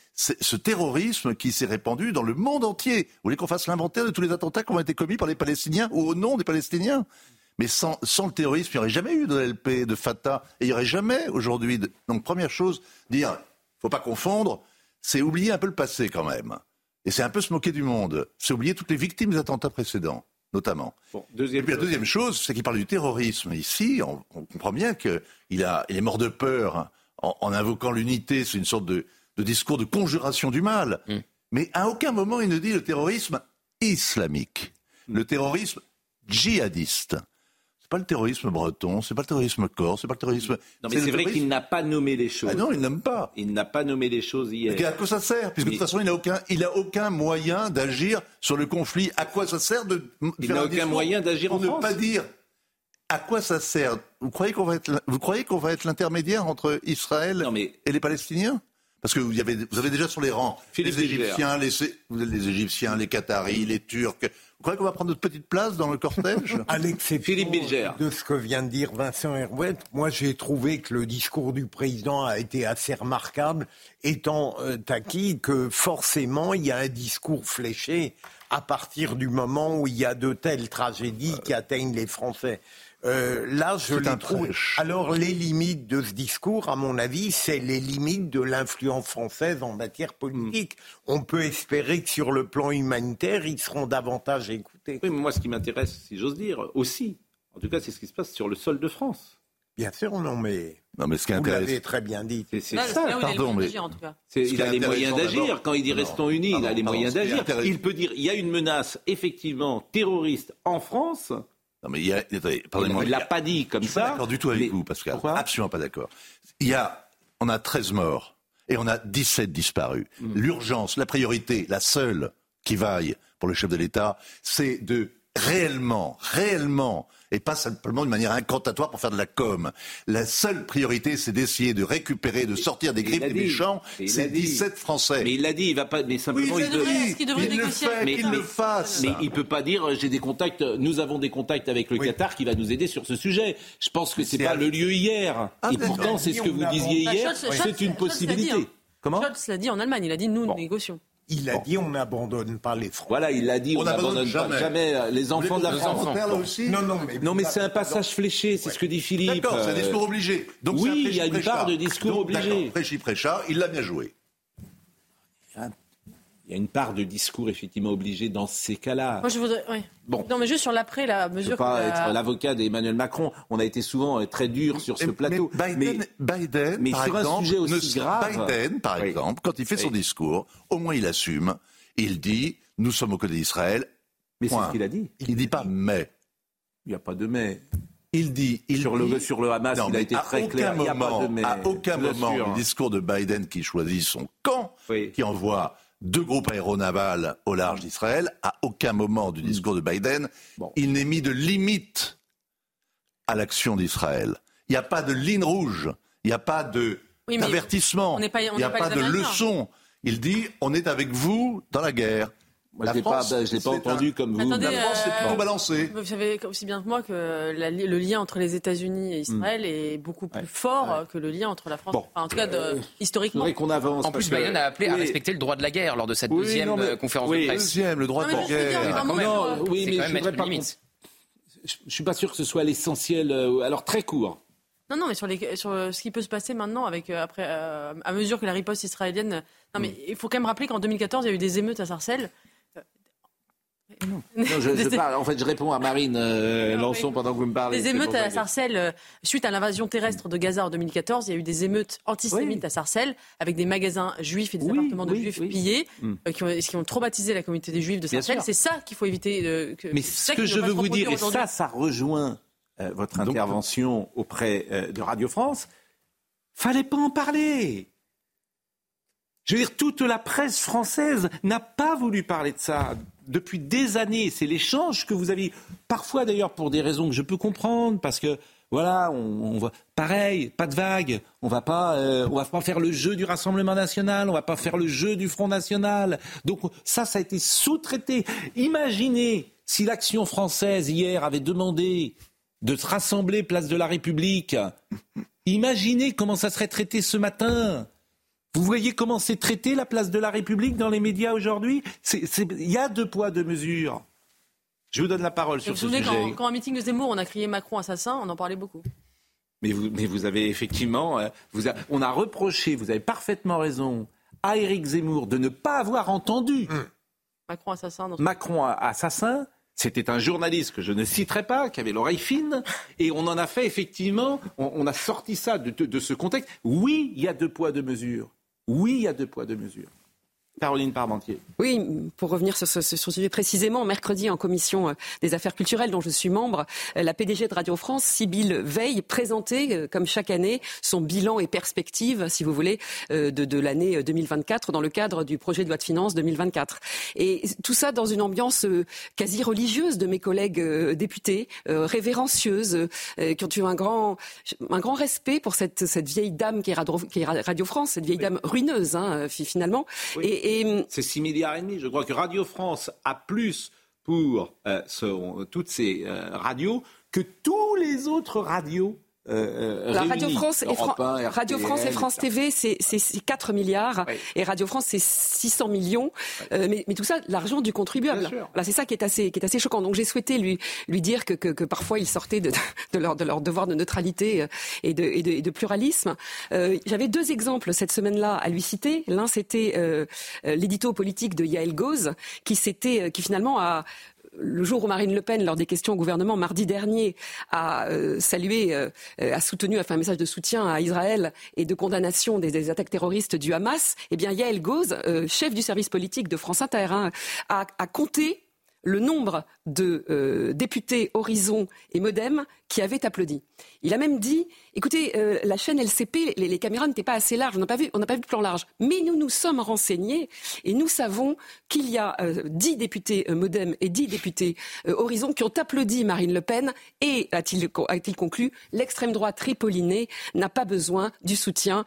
ce terrorisme qui s'est répandu dans le monde entier. Vous voulez qu'on fasse l'inventaire de tous les attentats qui ont été commis par les Palestiniens ou au nom des Palestiniens ? Mais sans le terrorisme, il n'y aurait jamais eu de l'OLP, de Fatah, et il n'y aurait jamais aujourd'hui... Donc première chose, dire, il ne faut pas confondre, c'est oublier un peu le passé quand même. Et c'est un peu se moquer du monde. C'est oublier toutes les victimes des attentats précédents, notamment. Et puis la deuxième chose, c'est qu'il parle du terrorisme. Ici, on comprend bien qu'il est mort de peur en invoquant l'unité. C'est une sorte de discours de conjuration du mal. Mais à aucun moment il ne dit le terrorisme islamique, le terrorisme djihadiste. C'est pas le terrorisme breton, c'est pas le terrorisme corse, c'est pas le terrorisme... Non mais c'est vrai qu'il n'a pas nommé les choses. Ah non, il nomme pas. Il n'a pas nommé les choses hier. Mais à quoi ça sert ? Puisque de toute façon, il n'a aucun moyen d'agir sur le conflit. À quoi ça sert de Il n'a aucun moyen d'agir en France. Pour ne pas dire à quoi ça sert. Vous croyez qu'on va être l'intermédiaire entre Israël et les Palestiniens ? Parce que vous avez déjà sur les rangs les Égyptiens, les Égyptiens, les Qataris, les Turcs. Vous croyez qu'on va prendre notre petite place dans le cortège ? À l'exception de ce que vient de dire Vincent Herouette, moi j'ai trouvé que le discours du président a été assez remarquable, étant acquis que forcément il y a un discours fléché à partir du moment où il y a de telles tragédies qui atteignent les Français. Là, je les trouve. Alors, les limites de ce discours, à mon avis, c'est les limites de l'influence française en matière politique. On peut espérer que sur le plan humanitaire, ils seront davantage écoutés. Oui, mais moi, ce qui m'intéresse, si j'ose dire, aussi, en tout cas, c'est ce qui se passe sur le sol de France. Bien sûr, non, mais ce qui vous intéresse... l'avez très bien dit. C'est ça, pardon, mais il a les moyens d'agir. Quand il dit restons unis, il a les moyens d'agir. Il peut dire il y a une menace effectivement terroriste en France. Non mais pardonnez-moi, il ne l'a pas dit comme ça. Je suis pas d'accord du tout avec vous, Pascal. Pourquoi ? Absolument pas d'accord. On a 13 morts et on a 17 disparus. L'urgence, la priorité, la seule qui vaille pour le chef de l'État, c'est de réellement, et pas simplement de manière incantatoire pour faire de la com. La seule priorité, c'est d'essayer de récupérer, de sortir des griffes des méchants. C'est 17 Français. Mais il l'a dit, il va pas. Mais simplement, il le fait, qu'il le fasse. Mais il peut pas dire j'ai des contacts. Nous avons des contacts avec le Qatar qui va nous aider sur ce sujet. Je pense que c'est pas le lieu hier. Et pourtant, c'est ce que vous disiez hier. C'est une possibilité. Comment ? Scholz l'a dit en Allemagne. Il a dit nous négocions. Il a dit on n'abandonne pas les Français. Voilà, il a dit on n'abandonne jamais les enfants de la France. Non, mais c'est un passage fléché, c'est ce que dit Philippe. D'accord, c'est un discours obligé. Donc oui, il y a une part de discours obligé. Prêchi-prêcha, il l'a bien joué. Il y a une part de discours effectivement obligé dans ces cas-là. Moi, je voudrais. Oui. Bon. Non, mais juste sur l'après, la mesure. Je ne veux pas être l'avocat d'Emmanuel Macron. On a été souvent très dur sur ce plateau. Biden, mais par sur exemple, un sujet aussi grave. Biden, par exemple, quand il fait son discours, au moins il assume. Il dit nous sommes aux côtés d'Israël. Mais c'est ce qu'il a dit. Il ne dit pas mais. Il n'y a pas de mais. Il dit sur le Hamas, il a été très clair. Il n'y a pas de mais. À aucun moment du discours de Biden qui choisit son camp, qui envoie 2 groupes aéronavals au large d'Israël, à aucun moment du discours de Biden, il n'est mis de limite à l'action d'Israël. Il n'y a pas de ligne rouge, il n'y a pas d'avertissement, il n'y a pas de leçon. Il dit on est avec vous dans la guerre. Moi, je ne l'ai pas entendu comme vous. Attendez, la France, c'est plutôt balancé. Vous savez aussi bien que moi que le lien entre les États-Unis et Israël est beaucoup plus fort que le lien entre la France. Enfin, en tout cas, historiquement. C'est vrai qu'on avance. En plus, Biden a appelé à respecter le droit de la guerre lors de cette deuxième conférence de presse. Le droit de la guerre. Oui, mais je voudrais pas. Je suis pas sûr que ce soit l'essentiel. Alors très court. Non, mais sur ce qui peut se passer maintenant, à mesure que la riposte israélienne. Non, mais il faut quand même rappeler qu'en 2014, il y a eu des émeutes à Sarcelles. Je réponds à Marine Lançon pendant que vous me parlez. Les émeutes à Sarcelles, suite à l'invasion terrestre de Gaza en 2014, il y a eu des émeutes antisémites à Sarcelles, avec des magasins juifs et des appartements de juifs pillés, qui ont traumatisé la communauté des juifs de Sarcelles. C'est ça qu'il faut éviter. Mais ce que je veux vous dire, et ça rejoint votre intervention auprès de Radio France, fallait pas en parler. Je veux dire, toute la presse française n'a pas voulu parler de ça depuis des années. C'est l'échange que vous avez, parfois d'ailleurs pour des raisons que je peux comprendre, parce que voilà, on va pareil, pas de vague. On va pas faire le jeu du Rassemblement national, on va pas faire le jeu du Front national. Donc ça a été sous-traité. Imaginez si l'Action française hier avait demandé de se rassembler place de la République. Imaginez comment ça serait traité ce matin. Vous voyez comment c'est traité la place de la République dans les médias aujourd'hui ? Il y a 2 poids, 2 mesures. Je vous donne la parole sur ce sujet. Vous vous souvenez quand un meeting de Zemmour, on a crié Macron assassin, on en parlait beaucoup. Mais vous avez effectivement... on a reproché, vous avez parfaitement raison, à Éric Zemmour de ne pas avoir entendu Macron assassin. Macron assassin. C'était un journaliste que je ne citerai pas, qui avait l'oreille fine, et on en a fait effectivement, on a sorti ça de ce contexte. Oui, il y a 2 poids, 2 mesures. Oui, il y a 2 poids, 2 mesures. Caroline Parmentier. Oui, pour revenir sur ce sujet précisément, mercredi en commission des affaires culturelles dont je suis membre, la PDG de Radio France, Sybille Veil, présentait comme chaque année son bilan et perspective, si vous voulez, de l'année 2024 dans le cadre du projet de loi de finances 2024. Et tout ça dans une ambiance quasi religieuse de mes collègues députés, révérencieuses, qui ont eu un grand respect pour cette vieille dame qui est Radio France, cette vieille dame ruineuse finalement. Oui. C'est 6,5 milliards. Je crois que Radio France a plus pour toutes ces radios que tous les autres radios Radio France et France TV, c'est 4 milliards. Oui. Et Radio France, c'est 600 millions. Oui. Mais tout ça, l'argent du contribuable. Voilà, c'est ça qui est assez choquant. Donc j'ai souhaité lui dire que parfois ils sortaient de leur devoir de neutralité et de pluralisme. J'avais 2 exemples cette semaine-là à lui citer. L'un, c'était l'édito politique de Yael Gauze, qui finalement a... Le jour où Marine Le Pen, lors des questions au gouvernement mardi dernier, a soutenu, a fait un message de soutien à Israël et de condamnation des attaques terroristes du Hamas, eh bien Yael Gauze, chef du service politique de France Inter, a compté le nombre de députés Horizon et Modem qui avaient applaudi. Il a même dit, écoutez, la chaîne LCP, les caméras n'étaient pas assez larges, on n'a pas vu de plan large. Mais nous nous sommes renseignés et nous savons qu'il y a 10 députés Modem et 10 députés Horizon qui ont applaudi Marine Le Pen et, a-t-il conclu, l'extrême droite tripolinée n'a pas besoin du soutien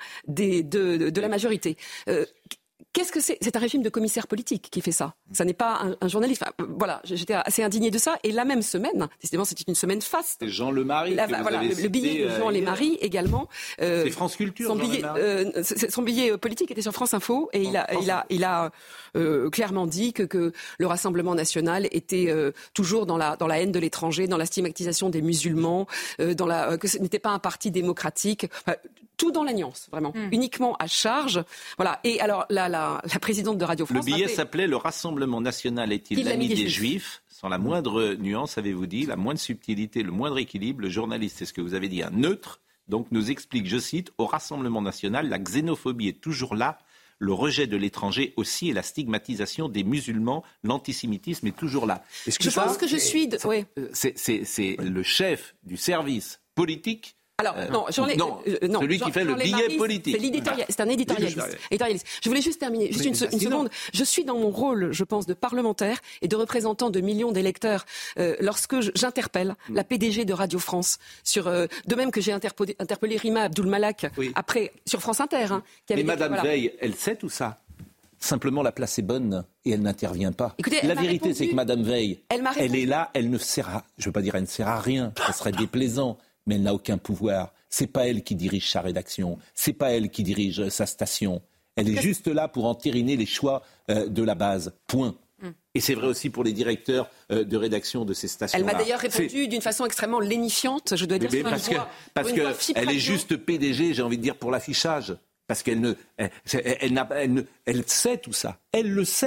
de la majorité. Qu'est-ce que c'est ? C'est un régime de commissaire politique qui fait ça. Ça n'est pas un journaliste. Enfin, voilà, j'étais assez indignée de ça. Et la même semaine, décidément, c'était une semaine faste. C'est Jean Lemarie. Le billet de Jean Lemarie également. C'est France Culture. Son billet politique était sur France Info et il a clairement dit que le Rassemblement national était toujours dans la haine de l'étranger, dans la stigmatisation des musulmans, que ce n'était pas un parti démocratique. Tout dans la nuance, vraiment. Uniquement à charge. Voilà. Et alors, la présidente de Radio France... Le billet s'appelait « Le Rassemblement national est-il l'ami des Juifs ?» Sans la moindre nuance, avez-vous dit, la moindre subtilité, le moindre équilibre. Le journaliste, c'est ce que vous avez dit, un neutre, donc nous explique, je cite, « Au Rassemblement national, la xénophobie est toujours là. Le rejet de l'étranger aussi et la stigmatisation des musulmans, l'antisémitisme est toujours là. » Je pense que je suis... C'est le chef du service politique. Alors, celui qui fait le billet politique. C'est un éditorialiste. Je voulais juste terminer, une seconde. Je suis dans mon rôle, je pense, de parlementaire et de représentant de millions d'électeurs lorsque j'interpelle la PDG de Radio France de même que j'ai interpellé Rima Abdul-Malak après sur France Inter. Mais Madame Veil, elle sait tout ça. Simplement, la place est bonne et elle n'intervient pas. Écoutez, la vérité, c'est que Madame Veil, elle est là, elle ne sert à... Je ne veux pas dire elle ne sert à rien, ça serait déplaisant. Mais elle n'a aucun pouvoir. C'est pas elle qui dirige sa rédaction. C'est pas elle qui dirige sa station. Elle est juste là pour entériner les choix de la base. Point. Et c'est vrai aussi pour les directeurs de rédaction de ces stations-là. Elle m'a d'ailleurs répondu d'une façon extrêmement lénifiante, je dois dire. Parce qu'elle est juste PDG, j'ai envie de dire, pour l'affichage. Parce qu'elle sait tout ça. Elle le sait.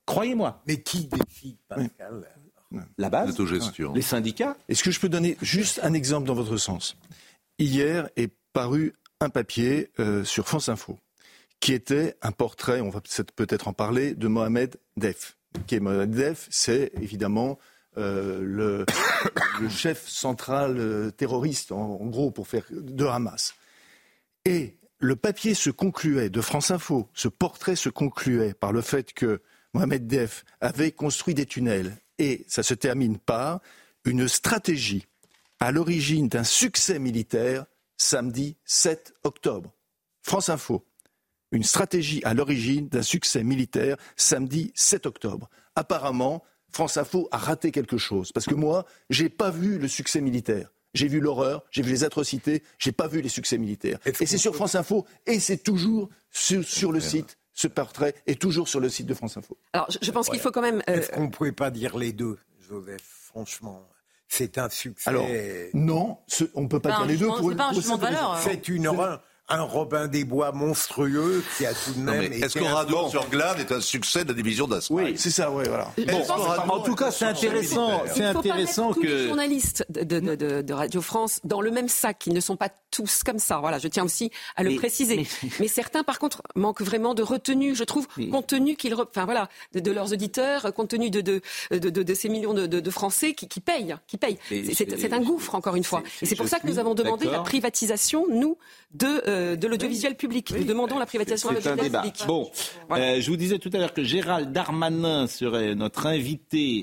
Croyez-moi. Mais qui décide, Pascal ? La base, l'autogestion. Les syndicats. Est-ce que je peux donner juste un exemple dans votre sens ? Hier est paru un papier sur France Info qui était un portrait, on va peut-être en parler, de Mohamed Def. Mohamed Def, c'est évidemment le chef central terroriste, en gros, pour faire de Hamas. Et le papier se concluait, de France Info, ce portrait se concluait par le fait que Mohamed Def avait construit des tunnels. Et ça se termine par une stratégie à l'origine d'un succès militaire samedi 7 octobre. France Info. Une stratégie à l'origine d'un succès militaire samedi 7 octobre. Apparemment, France Info a raté quelque chose. Parce que moi, j'ai pas vu le succès militaire. J'ai vu l'horreur, j'ai vu les atrocités, j'ai pas vu les succès militaires. Et c'est sur France Info, et c'est toujours sur le site. Ce portrait est toujours sur le site de France Info. Alors, je pense qu'il faut quand même... Est-ce qu'on ne pouvait pas dire les deux, Joseph ? Franchement, c'est un succès... Alors, non, on ne peut pas dire les deux. C'est pas un jugement de valeur. C'est un Robin des Bois monstrueux qui a tout de même... Est-ce que Radio sur Glane est un succès de la division d'Assaut ? Oui, c'est ça, oui, voilà. En tout cas, c'est intéressant. Il ne faut pas mettre tous les journalistes de Radio France dans le même sac. Ils ne sont pas tous comme ça. Voilà, je tiens aussi à le préciser. Mais certains, par contre, manquent vraiment de retenue, je trouve, compte tenu de leurs auditeurs, compte tenu de ces millions de Français qui payent. C'est un gouffre, encore une fois. Et c'est pour ça que nous avons demandé la privatisation, nous, de l'audiovisuel public. Nous demandons la privatisation de l'audiovisuel public. Bon, voilà. Je vous disais tout à l'heure que Gérald Darmanin serait notre invité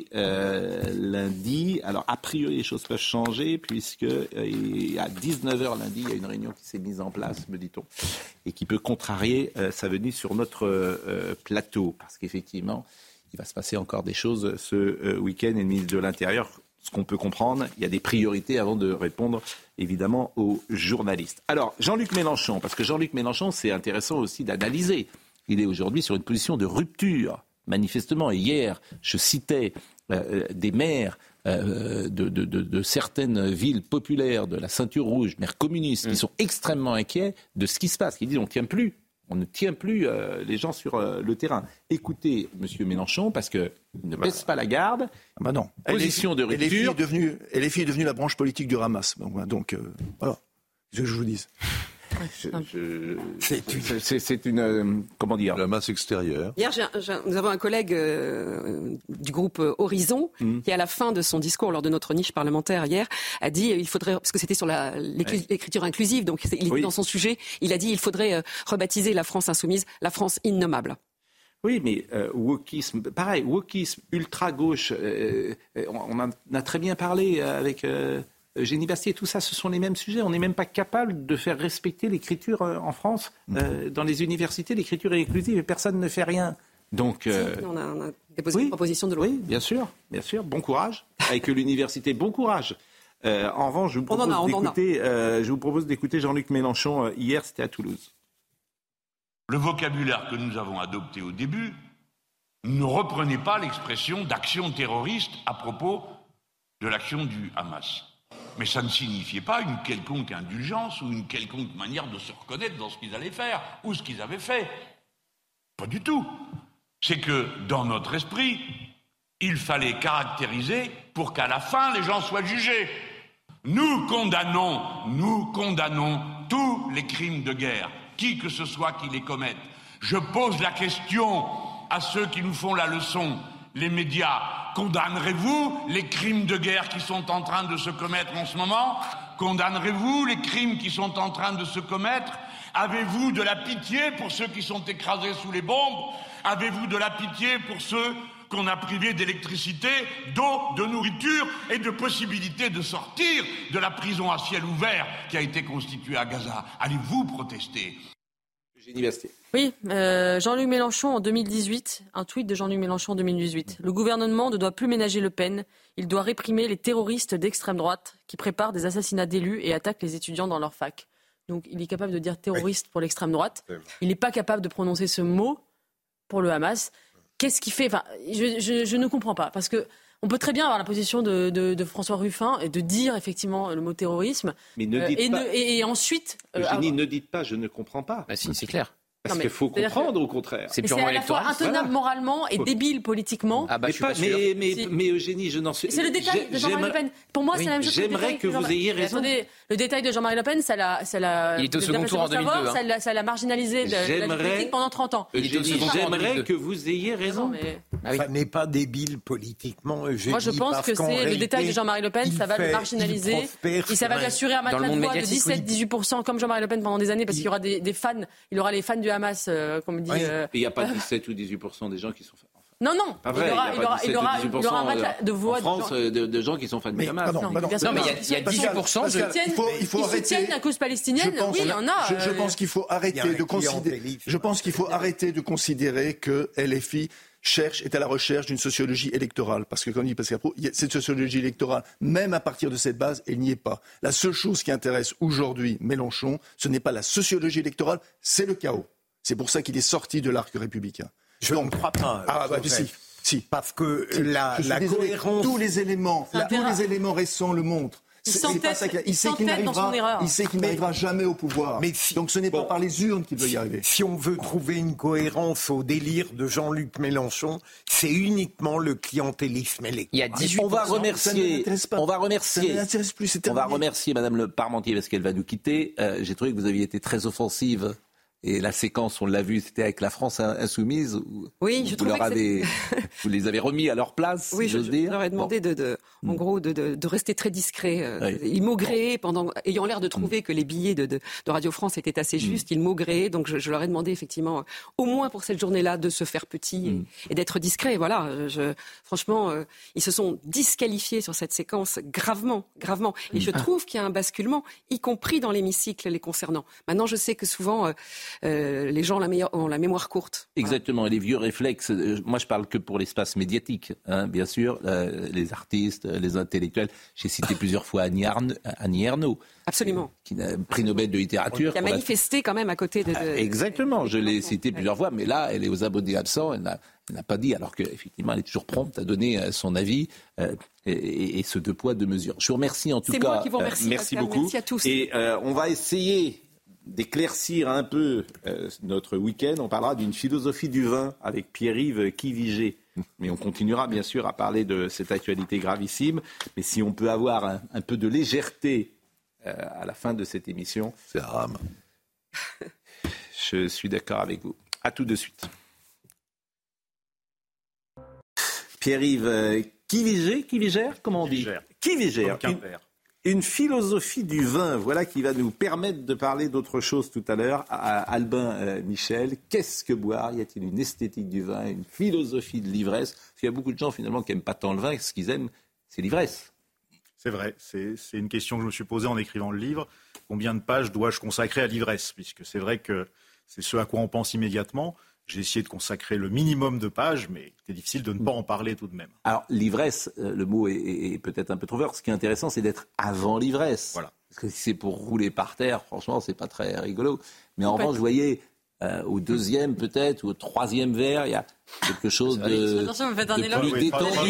lundi. Alors, a priori, les choses peuvent changer puisque à 19h lundi, il y a une réunion qui s'est mise en place, me dit-on, et qui peut contrarier sa venue sur notre plateau. Parce qu'effectivement, il va se passer encore des choses ce week-end. Et le ministre de l'Intérieur, ce qu'on peut comprendre, il y a des priorités avant de répondre évidemment aux journalistes. Alors, Jean-Luc Mélenchon, parce que Jean-Luc Mélenchon, c'est intéressant aussi d'analyser. Il est aujourd'hui sur une position de rupture, manifestement. Et hier, je citais des maires de certaines villes populaires de la ceinture rouge, maires communistes, qui sont extrêmement inquiets de ce qui se passe. Qui disent on ne tient plus les gens sur le terrain. Écoutez M. Mélenchon, parce qu'il ne baisse pas la garde. Bah non. Position de rupture. LFI est devenue la branche politique du Hamas. Donc voilà, c'est ce que je vous dis. C'est une comment dire, la masse extérieure. Hier, nous avons un collègue du groupe Horizon qui, à la fin de son discours lors de notre niche parlementaire hier, a dit il faudrait, parce que c'était sur l'écriture inclusive, donc il était dans son sujet, il a dit il faudrait rebaptiser la France insoumise la France innommable. Oui, mais wokisme, pareil, wokisme, ultra-gauche, on en a très bien parlé avec Eugénie Bastier, tout ça, ce sont les mêmes sujets. On n'est même pas capable de faire respecter l'écriture en France. Dans les universités, l'écriture est inclusive et personne ne fait rien. Donc, on a déposé une proposition de loi. Oui, bien sûr. Bon courage. Avec l'université, bon courage. En revanche, je vous propose d'écouter Jean-Luc Mélenchon. Hier, c'était à Toulouse. Le vocabulaire que nous avons adopté au début ne reprenait pas l'expression d'action terroriste à propos de l'action du Hamas. Mais ça ne signifiait pas une quelconque indulgence ou une quelconque manière de se reconnaître dans ce qu'ils allaient faire ou ce qu'ils avaient fait. Pas du tout. C'est que dans notre esprit, il fallait caractériser pour qu'à la fin, les gens soient jugés. Nous condamnons tous les crimes de guerre, qui que ce soit qui les commettent. Je pose la question à ceux qui nous font la leçon, les médias. Condamnerez-vous les crimes de guerre qui sont en train de se commettre en ce moment ? Condamnerez-vous les crimes qui sont en train de se commettre ? Avez-vous de la pitié pour ceux qui sont écrasés sous les bombes ? Avez-vous de la pitié pour ceux qu'on a privés d'électricité, d'eau, de nourriture et de possibilité de sortir de la prison à ciel ouvert qui a été constituée à Gaza ? Allez-vous protester ? Oui, Jean-Luc Mélenchon en 2018, un tweet de Jean-Luc Mélenchon en 2018. Le gouvernement ne doit plus ménager Le Pen, il doit réprimer les terroristes d'extrême droite qui préparent des assassinats d'élus et attaquent les étudiants dans leur fac. Donc il est capable de dire terroriste pour l'extrême droite, il n'est pas capable de prononcer ce mot pour le Hamas. Qu'est-ce qu'il fait ? Je ne comprends pas, parce que on peut très bien avoir la position de François Ruffin et de dire effectivement le mot terrorisme. Mais ne dites pas. Et ensuite. Eugénie, ne dites pas, je ne comprends pas. Bah si, c'est clair. Parce qu'il faut comprendre, au contraire. C'est à la fois intenable moralement et débile politiquement. Ah bah, mais Eugénie, je n'en suis... C'est le détail de Jean-Marie Le Pen. Pour moi, c'est la même chose. J'aimerais que vous ayez raison. Le détail de Jean-Marie Le Pen, ça l'a... Il était au second tour en 2002. Ça l'a marginalisé de la politique pendant 30 ans. J'aimerais que vous ayez raison. Ça n'est pas débile politiquement, Eugénie. Moi, je pense que c'est le détail de Jean-Marie Le Pen, ça va le marginaliser. Et ça va lui assurer un matelas de voix de 17-18% comme Jean-Marie Le Pen pendant des années, parce qu'il y aura des fans, il aura les fans du Hamas, comme dit. Il n'y a pas 17 ou 18% des gens qui sont fans. Non, il aura un matelas de voix en France de gens qui sont fans du Hamas. Non, mais il y a 18% qui soutiennent la cause palestinienne. Oui, il y en a. Je pense qu'il faut arrêter de considérer que LFI est à la recherche d'une sociologie électorale. Parce que, comme dit Pascal Praud, cette sociologie électorale, même à partir de cette base, elle n'y est pas. La seule chose qui intéresse aujourd'hui Mélenchon, ce n'est pas la sociologie électorale, c'est le chaos. C'est pour ça qu'il est sorti de l'arc républicain. Je ne crois pas. Si. Parce que la cohérence... Tous les éléments récents le montrent. Il sait qu'il n'arrivera jamais au pouvoir. Donc ce n'est pas par les urnes qu'il veut y arriver. Si on veut trouver une cohérence au délire de Jean-Luc Mélenchon, c'est uniquement le clientélisme électoral. Il y a 18%. On va remercier Madame Le Parmentier parce qu'elle va nous quitter. J'ai trouvé que vous aviez été très offensive. Et la séquence, on l'a vu, c'était avec la France insoumise. Oui, je trouvais que vous les avez remis à leur place, oui, si j'ose dire. Je leur ai demandé en gros, de rester très discret. Ils maugréaient ayant l'air de trouver que les billets de Radio France étaient assez justes. Ils maugréaient. Donc, je leur ai demandé effectivement, au moins pour cette journée-là, de se faire petit et d'être discret. Voilà. Franchement, ils se sont disqualifiés sur cette séquence gravement. Et je trouve qu'il y a un basculement, y compris dans l'hémicycle les concernant. Maintenant, je sais que souvent, les gens ont la mémoire courte. Exactement, et les vieux réflexes. Moi, je parle que pour l'espace médiatique, bien sûr, les artistes, les intellectuels. J'ai cité plusieurs fois Annie Ernaux. Absolument. Qui a prix Nobel de littérature. Qui a manifesté quand même à côté de... Exactement, je l'ai cité plusieurs fois, mais là, elle est aux abonnés absents, elle n'a pas dit, alors qu'effectivement, elle est toujours prompte à donner son avis et ce deux poids, deux mesures. Je vous remercie en tout cas. C'est moi qui vous remercie. Merci beaucoup. Merci à tous. Et on va essayer d'éclaircir un peu notre week-end. On parlera d'une philosophie du vin avec Pierre-Yves Quivigé. Mais on continuera bien sûr à parler de cette actualité gravissime. Mais si on peut avoir un peu de légèreté à la fin de cette émission, c'est rare. Je suis d'accord avec vous. À tout de suite. Pierre-Yves Quivigère, comment on dit ? Quivigère. Une philosophie du vin, voilà qui va nous permettre de parler d'autre chose tout à l'heure. À Albin Michel, qu'est-ce que boire ? Y a-t-il une esthétique du vin, une philosophie de l'ivresse ? Parce qu'il y a beaucoup de gens finalement qui n'aiment pas tant le vin, ce qu'ils aiment, c'est l'ivresse. C'est vrai, c'est une question que je me suis posée en écrivant le livre. Combien de pages dois-je consacrer à l'ivresse ? Puisque c'est vrai que c'est ce à quoi on pense immédiatement. J'ai essayé de consacrer le minimum de pages, mais c'est difficile de ne pas en parler tout de même. Alors, l'ivresse, le mot est peut-être un peu trop fort. Ce qui est intéressant, c'est d'être avant l'ivresse. Voilà. Parce que si c'est pour rouler par terre, franchement, c'est pas très rigolo. Mais en revanche, vous voyez, au deuxième peut-être, ou au troisième verre, il y a quelque chose de plus détendu,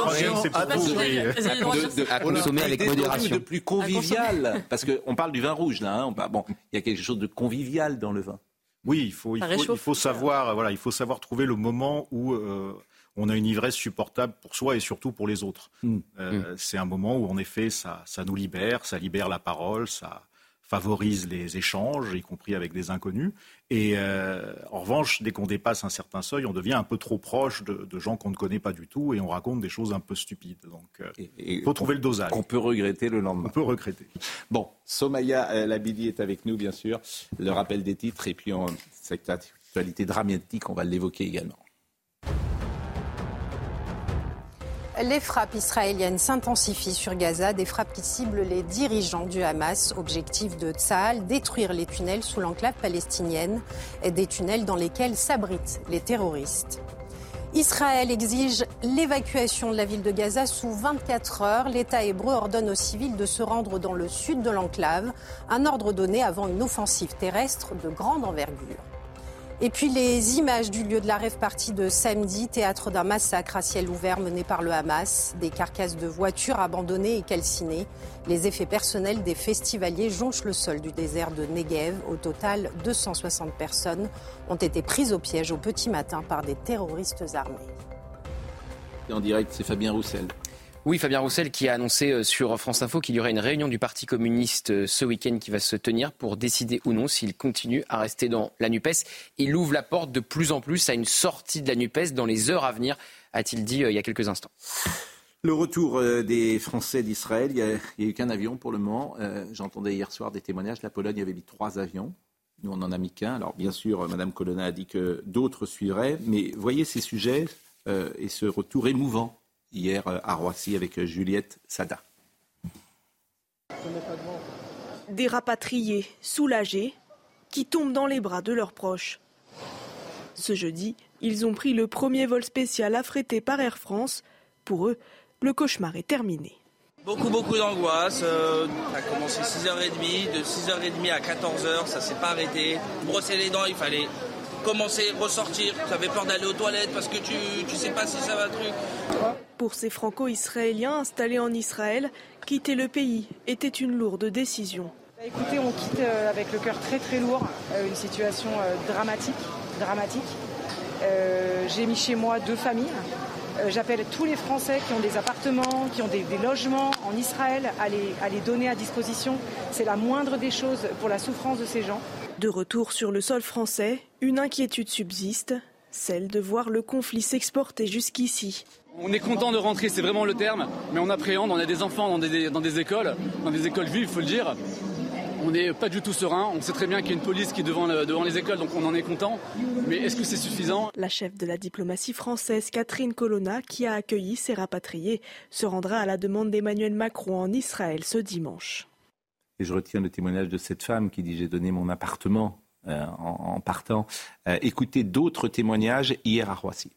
à consommer avec modération, de plus convivial. Parce qu'on parle du vin rouge, là. Il y a quelque chose de convivial dans le vin. Oui, il faut savoir trouver le moment où on a une ivresse supportable pour soi et surtout pour les autres. C'est un moment où, en effet, ça nous libère, ça libère la parole, ça favorise les échanges, y compris avec des inconnus. Et en revanche, dès qu'on dépasse un certain seuil, on devient un peu trop proche de gens qu'on ne connaît pas du tout et on raconte des choses un peu stupides. Donc, il faut trouver le dosage. On peut regretter le lendemain. On peut regretter. Bon, Somaya Labidi est avec nous, bien sûr. Le rappel des titres et puis cette actualité dramatique, on va l'évoquer également. Les frappes israéliennes s'intensifient sur Gaza, des frappes qui ciblent les dirigeants du Hamas. Objectif de Tsahal, détruire les tunnels sous l'enclave palestinienne, des tunnels dans lesquels s'abritent les terroristes. Israël exige l'évacuation de la ville de Gaza sous 24 heures. L'État hébreu ordonne aux civils de se rendre dans le sud de l'enclave, un ordre donné avant une offensive terrestre de grande envergure. Et puis les images du lieu de la rave-party de samedi, théâtre d'un massacre à ciel ouvert mené par le Hamas. Des carcasses de voitures abandonnées et calcinées. Les effets personnels des festivaliers jonchent le sol du désert de Negev. Au total, 260 personnes ont été prises au piège au petit matin par des terroristes armés. Et en direct, c'est Fabien Roussel. Oui, Fabien Roussel qui a annoncé sur France Info qu'il y aurait une réunion du Parti communiste ce week-end qui va se tenir pour décider ou non s'il continue à rester dans la NUPES. Il ouvre la porte de plus en plus à une sortie de la NUPES dans les heures à venir, a-t-il dit il y a quelques instants. Le retour des Français d'Israël, il n'y a eu qu'un avion pour le moment. J'entendais hier soir des témoignages, la Pologne avait mis 3 avions. Nous, on n'en a mis qu'un. Alors, bien sûr, Mme Colonna a dit que d'autres suivraient. Mais voyez ces sujets et ce retour émouvant hier à Roissy avec Juliette Sada. Des rapatriés soulagés qui tombent dans les bras de leurs proches. Ce jeudi, ils ont pris le premier vol spécial affrété par Air France. Pour eux, le cauchemar est terminé. Beaucoup d'angoisse. Ça a commencé 6h30, de 6h30 à 14h, ça s'est pas arrêté. Brosser les dents, il fallait commencer, ressortir. Tu avais peur d'aller aux toilettes parce que tu sais pas si ça va truc. Pour ces franco-israéliens installés en Israël, quitter le pays était une lourde décision. Écoutez, on quitte avec le cœur très très lourd, une situation dramatique. J'ai mis chez moi 2 familles. J'appelle tous les Français qui ont des appartements, qui ont des logements en Israël à les donner à disposition. C'est la moindre des choses pour la souffrance de ces gens. De retour sur le sol français, une inquiétude subsiste, celle de voir le conflit s'exporter jusqu'ici. On est content de rentrer, c'est vraiment le terme, mais on appréhende, on a des enfants dans des écoles juives, il faut le dire. On n'est pas du tout serein, on sait très bien qu'il y a une police qui est devant les écoles, donc on en est content. Mais est-ce que c'est suffisant ? La chef de la diplomatie française, Catherine Colonna, qui a accueilli ces rapatriés, se rendra à la demande d'Emmanuel Macron en Israël ce dimanche. Et je retiens le témoignage de cette femme qui dit « J'ai donné mon appartement en partant ». Écoutez d'autres témoignages hier à Roissy.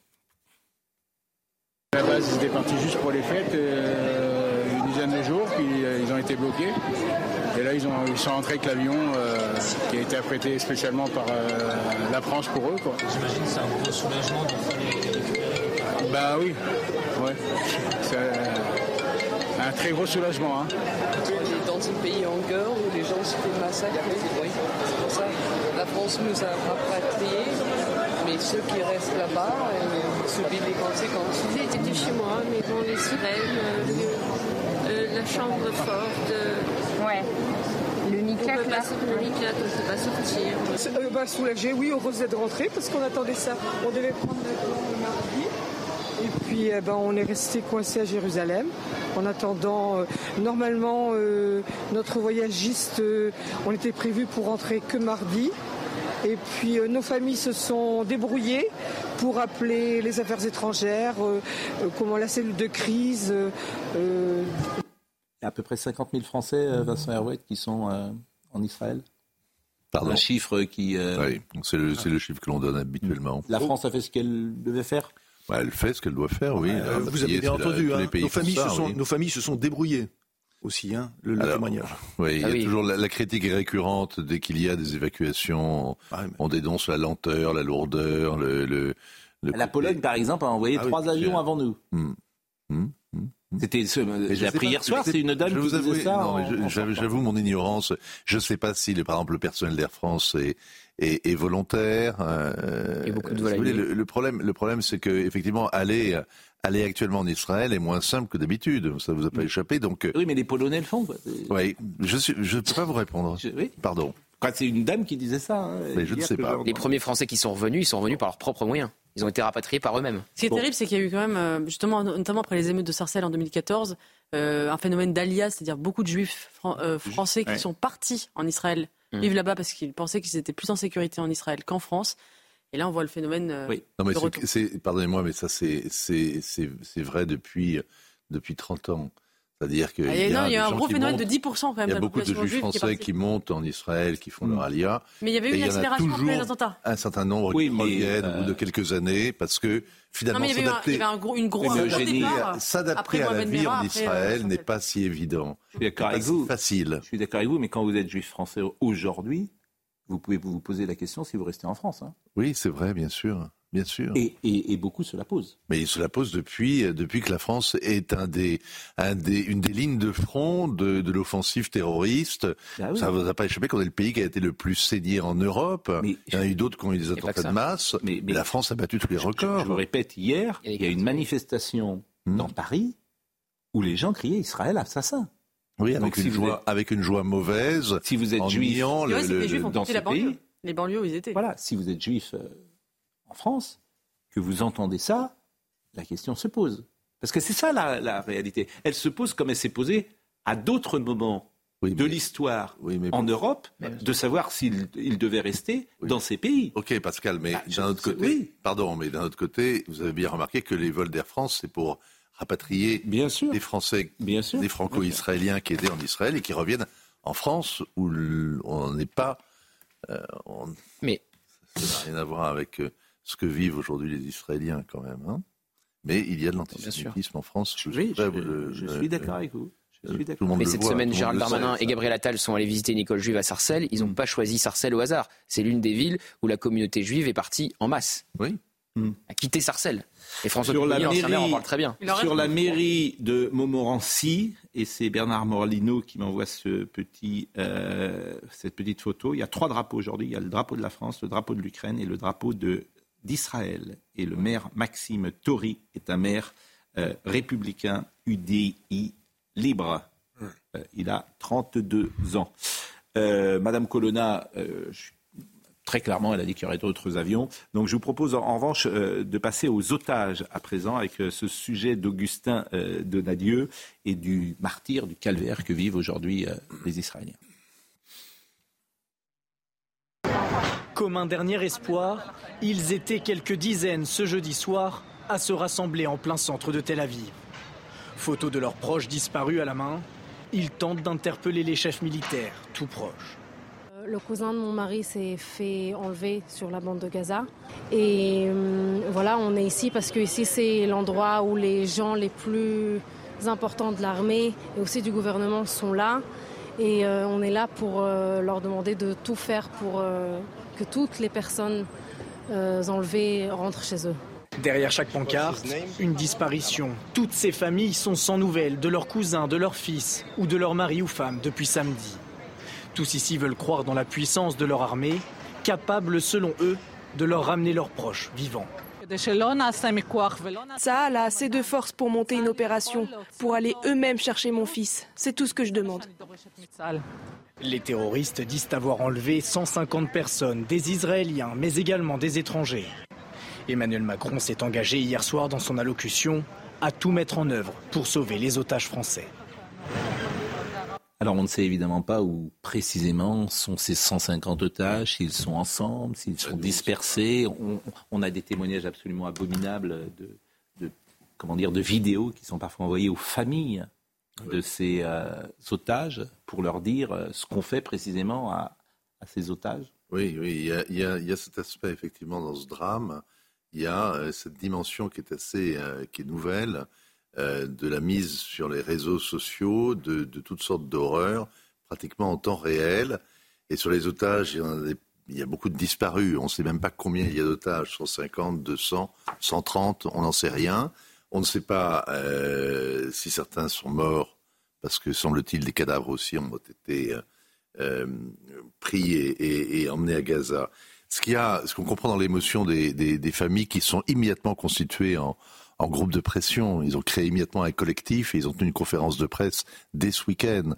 À la base, ils étaient partis juste pour les fêtes, une dizaine de jours, puis ils ont été bloqués. Et là, ils sont rentrés avec l'avion qui a été affrété spécialement par la France pour eux, quoi. J'imagine que c'est un gros soulagement de les récupérer. Bah oui, ouais. C'est un très gros soulagement. Hein. On est dans un pays en guerre où les gens se font massacrer. Oui. C'est pour ça que la France nous a rapatriés, mais ceux qui restent là-bas subissent les conséquences. C'était chez moi, mais bon, les sirènes, la chambre forte. Ouais. Le Miklat, on ne peut pas sortir. Soulagé, oui, heureuse d'être rentrée parce qu'on attendait ça. On devait prendre l'avion le mardi. Et puis on est resté coincé à Jérusalem en attendant. Normalement, notre voyagiste, on était prévu pour rentrer que mardi. Et puis nos familles se sont débrouillées pour appeler les affaires étrangères, la cellule de crise. Il y a à peu près 50 000 Français, Vincent Herouet, qui sont en Israël. Pardon. Un chiffre qui... Oui, c'est le chiffre que l'on donne habituellement. La France a fait ce qu'elle devait faire ? Elle fait ce qu'elle doit faire, oui. Vous avez bien entendu, nos familles se sont débrouillées aussi, le témoignage. Oui, il y a toujours la critique est récurrente dès qu'il y a des évacuations. On dénonce la lenteur, la lourdeur, La Pologne, par exemple, a envoyé 3 avions avant nous. J'ai appris hier soir, c'est une dame qui disait ça. J'avoue mon ignorance. Je ne sais pas si, par exemple, le personnel d'Air France est volontaire. Et beaucoup de volailles. Le problème, c'est que effectivement, aller actuellement en Israël est moins simple que d'habitude. Ça vous a pas échappé, donc. Oui, mais les Polonais le font. Oui, je ne peux pas vous répondre. Pardon. C'est une dame qui disait ça. Mais je ne sais pas. Les premiers Français qui sont revenus, ils sont revenus par leurs propres moyens. Ils ont été rapatriés par eux-mêmes. Ce qui est terrible, c'est qu'il y a eu quand même, justement, notamment après les émeutes de Sarcelles en 2014, un phénomène d'alias, c'est-à-dire beaucoup de juifs français qui sont partis en Israël, vivent là-bas parce qu'ils pensaient qu'ils étaient plus en sécurité en Israël qu'en France. Et là, on voit le phénomène. Non, mais pardonnez-moi, mais ça, c'est vrai depuis 30 ans. C'est-à-dire qu'il y a un gros phénomène de 10% quand même. Il y a beaucoup de juifs français qui montent en Israël, qui font leur alia. Mais il y avait eu une accélération après les attentats. Un certain nombre qui reviennent au bout de quelques années parce que finalement s'adapter à la vie en Israël n'est pas si évident. Je suis d'accord avec vous. Facile. Je suis d'accord avec vous, mais quand vous êtes juif français aujourd'hui, vous pouvez vous poser la question si vous restez en France. Hein. Oui, c'est vrai, bien sûr. Bien sûr. Et beaucoup se la posent. Mais ils se la posent depuis que la France est une des lignes de front de l'offensive terroriste. Ah oui. Ça ne vous a pas échappé qu'on est le pays qui a été le plus saigné en Europe. Il y en a eu d'autres qui ont eu des attentats de masse. Mais la France a battu tous les records. Je vous répète, hier, il y a une manifestation dans Paris où les gens criaient Israël assassin. Oui, avec une joie mauvaise. Si vous êtes juif, dans ce pays, les banlieues où ils étaient. Voilà, si vous êtes juif en France, que vous entendez ça, la question se pose. Parce que c'est ça la réalité. Elle se pose comme elle s'est posée à d'autres moments de l'histoire en Europe, de savoir s'il devait rester dans ces pays. Ok, Pascal, mais d'un autre côté, d'un autre côté, vous avez bien remarqué que les vols d'Air France, c'est pour rapatrier des Français, des Franco-Israéliens qui étaient en Israël et qui reviennent en France où on n'est pas. Mais ça n'a rien à voir avec ce que vivent aujourd'hui les Israéliens quand même. Hein. Mais il y a de l'antisémitisme en France. Je suis d'accord avec vous. Mais cette semaine, Gérald Darmanin et Gabriel Attal sont allés visiter une école juive à Sarcelles. Ils n'ont pas choisi Sarcelles au hasard. C'est l'une des villes où la communauté juive est partie en masse. Oui. A quitté Sarcelles. Et François Pupponi, l'ancien maire, en parle très bien. Sur la mairie de Montmorency, et c'est Bernard Morlino qui m'envoie cette petite photo, il y a 3 drapeaux aujourd'hui. Il y a le drapeau de la France, le drapeau de l'Ukraine et le drapeau d'Israël. Et le maire Maxime Tori est un maire républicain UDI libre. Il a 32 ans. Madame Colonna, très clairement, elle a dit qu'il y aurait d'autres avions. Donc je vous propose en revanche de passer aux otages à présent avec ce sujet d'Augustin Donadieu et du martyre, du calvaire que vivent aujourd'hui les Israéliens. Comme un dernier espoir, ils étaient quelques dizaines ce jeudi soir à se rassembler en plein centre de Tel Aviv. Photos de leurs proches disparus à la main, ils tentent d'interpeller les chefs militaires tout proches. Le cousin de mon mari s'est fait enlever sur la bande de Gaza. Et voilà, on est ici parce que ici c'est l'endroit où les gens les plus importants de l'armée et aussi du gouvernement sont là. Et on est là pour leur demander de tout faire pour que toutes les personnes enlevées rentrent chez eux. Derrière chaque pancarte, une disparition. Toutes ces familles sont sans nouvelles de leurs cousins, de leurs fils ou de leurs maris ou femmes depuis samedi. Tous ici veulent croire dans la puissance de leur armée, capable, selon eux, de leur ramener leurs proches vivants. Tsahal a assez de force pour monter une opération, pour aller eux-mêmes chercher mon fils. C'est tout ce que je demande. Les terroristes disent avoir enlevé 150 personnes, des Israéliens, mais également des étrangers. Emmanuel Macron s'est engagé hier soir dans son allocution à tout mettre en œuvre pour sauver les otages français. Alors on ne sait évidemment pas où précisément sont ces 150 otages, s'ils sont ensemble, s'ils sont dispersés. On a des témoignages absolument abominables de vidéos qui sont parfois envoyées aux familles de ces otages pour leur dire ce qu'on fait précisément à ces otages. Oui, il y a cet aspect effectivement dans ce drame. Il y a cette dimension qui est nouvelle. De la mise sur les réseaux sociaux, de toutes sortes d'horreurs, pratiquement en temps réel. Et sur les otages, il y a beaucoup de disparus. On ne sait même pas combien il y a d'otages, 150, 200, 130, on n'en sait rien. On ne sait pas si certains sont morts, parce que semble-t-il des cadavres aussi ont été pris et emmenés à Gaza. Ce qu'on comprend dans l'émotion des familles qui sont immédiatement constituées en groupe de pression. Ils ont créé immédiatement un collectif et ils ont tenu une conférence de presse dès ce week-end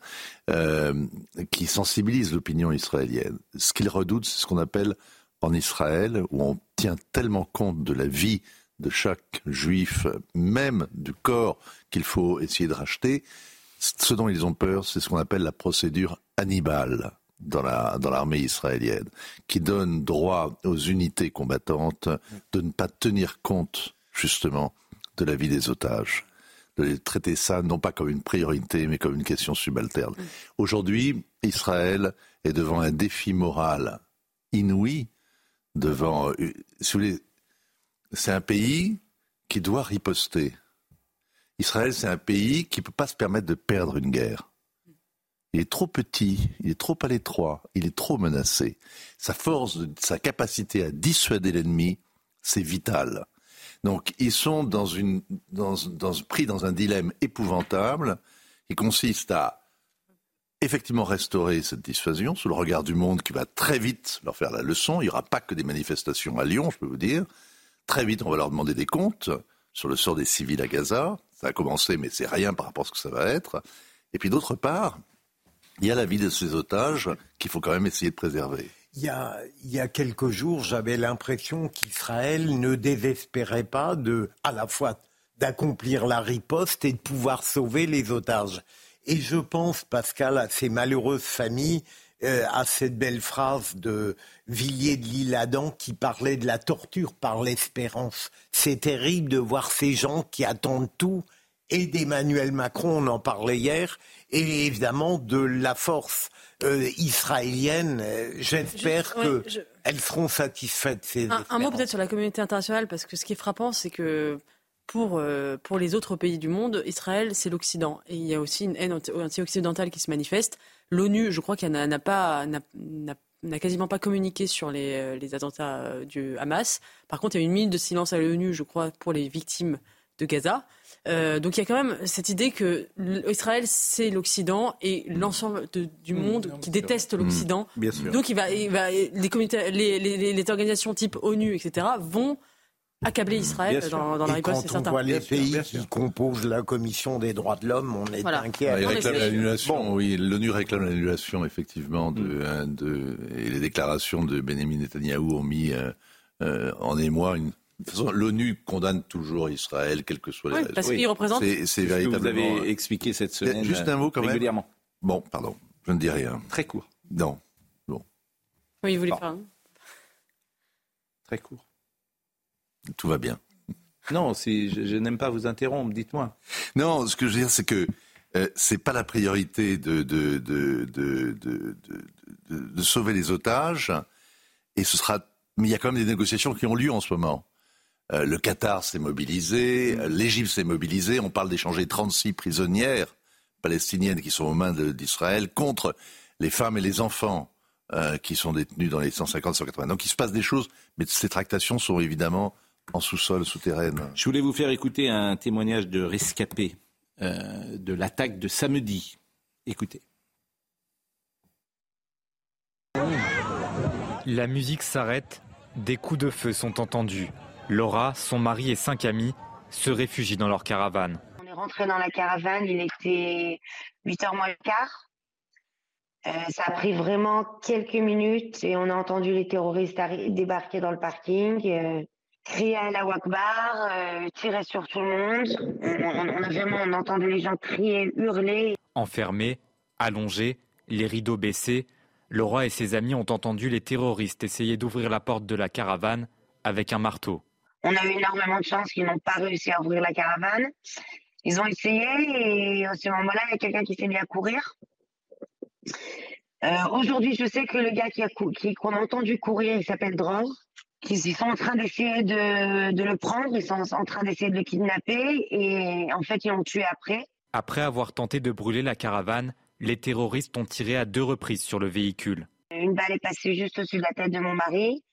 qui sensibilise l'opinion israélienne. Ce qu'ils redoutent, c'est ce qu'on appelle en Israël, où on tient tellement compte de la vie de chaque juif, même du corps qu'il faut essayer de racheter. Ce dont ils ont peur, c'est ce qu'on appelle la procédure Hannibal dans l'armée israélienne, qui donne droit aux unités combattantes de ne pas tenir compte, justement, de la vie des otages, de les traiter ça non pas comme une priorité, mais comme une question subalterne. Aujourd'hui, Israël est devant un défi moral inouï, si vous voulez, c'est un pays qui doit riposter. Israël, c'est un pays qui ne peut pas se permettre de perdre une guerre. il est trop petit, il est trop à l'étroit, il est trop menacé. Sa force, sa capacité à dissuader l'ennemi, c'est vital. Donc ils sont pris dans un dilemme épouvantable qui consiste à effectivement restaurer cette dissuasion sous le regard du monde qui va très vite leur faire la leçon. Il n'y aura pas que des manifestations à Lyon, je peux vous dire. Très vite, on va leur demander des comptes sur le sort des civils à Gaza. Ça a commencé, mais c'est rien par rapport à ce que ça va être. Et puis d'autre part, il y a la vie de ces otages qu'il faut quand même essayer de préserver. Il y a quelques jours, j'avais l'impression qu'Israël ne désespérait pas à la fois d'accomplir la riposte et de pouvoir sauver les otages. Et je pense, Pascal, à ces malheureuses familles, à cette belle phrase de Villiers de l'Isle-Adam qui parlait de la torture par l'espérance. C'est terrible de voir ces gens qui attendent tout, et d'Emmanuel Macron, on en parlait hier, et évidemment de la force israélienne. J'espère qu'elles seront satisfaites. Un mot peut-être sur la communauté internationale, parce que ce qui est frappant, c'est que pour les autres pays du monde, Israël, c'est l'Occident. Et il y a aussi une haine anti-occidentale qui se manifeste. L'ONU, je crois qu'elle n'a quasiment pas communiqué sur les attentats du Hamas. Par contre, il y a eu une minute de silence à l'ONU, je crois, pour les victimes de Gaza. Donc il y a quand même cette idée que Israël, c'est l'Occident et l'ensemble du monde qui déteste l'Occident. Bien sûr. Donc les communautés, les organisations type ONU, etc., vont accabler Israël dans la riposte, c'est certain. Quand on voit les pays qui composent la Commission des droits de l'homme, on est inquiet. Il réclame l'annulation, oui, l'ONU réclame l'annulation, effectivement, et les déclarations de Benjamin Netanyahou ont mis en émoi une... De toute façon, l'ONU condamne toujours Israël, quelles que soient les raisons. Parce qu'il représente... C'est véritablement... Vous avez expliqué cette semaine juste un mot quand régulièrement. Même. Bon, pardon, je ne dis rien. Très court. Non. Bon. Oui, il voulait faire un... Très court. Tout va bien. Non, je n'aime pas vous interrompre, dites-moi. Non, ce que je veux dire, c'est que c'est pas la priorité de sauver les otages, et ce sera... Mais il y a quand même des négociations qui ont lieu en ce moment. Le Qatar s'est mobilisé, l'Égypte s'est mobilisée, on parle d'échanger 36 prisonnières palestiniennes qui sont aux mains d'Israël contre les femmes et les enfants qui sont détenus dans les 150-180. Donc il se passe des choses, mais ces tractations sont évidemment en sous-sol, souterraine. Je voulais vous faire écouter un témoignage de rescapé de l'attaque de samedi. Écoutez. La musique s'arrête, des coups de feu sont entendus. Laura, son mari et 5 amis se réfugient dans leur caravane. On est rentré dans la caravane, il était 8h moins le quart. Ça a pris vraiment quelques minutes et on a entendu les terroristes débarquer dans le parking, crier à Allahu Akbar, tirer sur tout le monde. On a entendu les gens crier, hurler. Enfermés, allongés, les rideaux baissés, Laura et ses amis ont entendu les terroristes essayer d'ouvrir la porte de la caravane avec un marteau. On a eu énormément de chance qu'ils n'ont pas réussi à ouvrir la caravane. Ils ont essayé et à ce moment-là, il y a quelqu'un qui s'est mis à courir. Aujourd'hui, je sais que le gars qu'on a entendu courir, il s'appelle Dror. Ils sont en train d'essayer de le prendre, ils sont en train d'essayer de le kidnapper et en fait, ils l'ont tué après. Après avoir tenté de brûler la caravane, les terroristes ont tiré à 2 reprises sur le véhicule. Une balle est passée juste au-dessus de la tête de mon mari.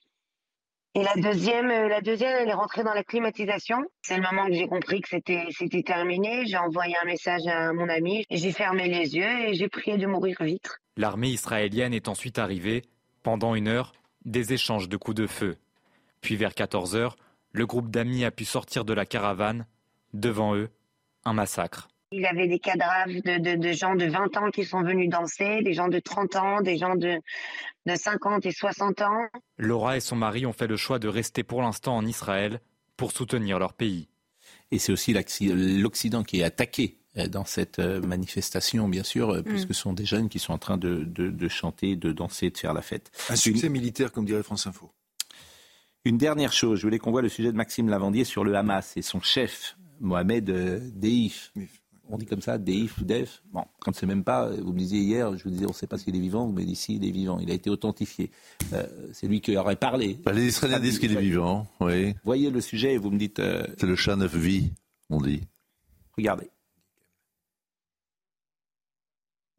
Et la deuxième, elle est rentrée dans la climatisation. C'est le moment que j'ai compris que c'était terminé. J'ai envoyé un message à mon ami. J'ai fermé les yeux et j'ai prié de mourir vite. L'armée israélienne est ensuite arrivée. Pendant 1 heure, des échanges de coups de feu. Puis vers 14h, le groupe d'amis a pu sortir de la caravane. Devant eux, un massacre. Il y avait des cadavres de gens de 20 ans qui sont venus danser, des gens de 30 ans, des gens de 50 et 60 ans. Laura et son mari ont fait le choix de rester pour l'instant en Israël pour soutenir leur pays. Et c'est aussi l'Occident qui est attaqué dans cette manifestation, bien sûr, puisque ce sont des jeunes qui sont en train de chanter, de danser, de faire la fête. Un succès militaire, comme dirait France Info. Une dernière chose, je voulais qu'on voit le sujet de Maxime Lavandier sur le Hamas et son chef, Mohamed Deif. On dit comme ça, Deif ou Def. Bon, quand c'est même pas, vous me disiez hier, je vous disais, on ne sait pas s'il est vivant, vous me dites si, il est vivant. Il a été authentifié. C'est lui qui aurait parlé. Les Israéliens disent qu'il est vivant, oui. Voyez le sujet et vous me dites... C'est le chat neuf vies, on dit. Regardez.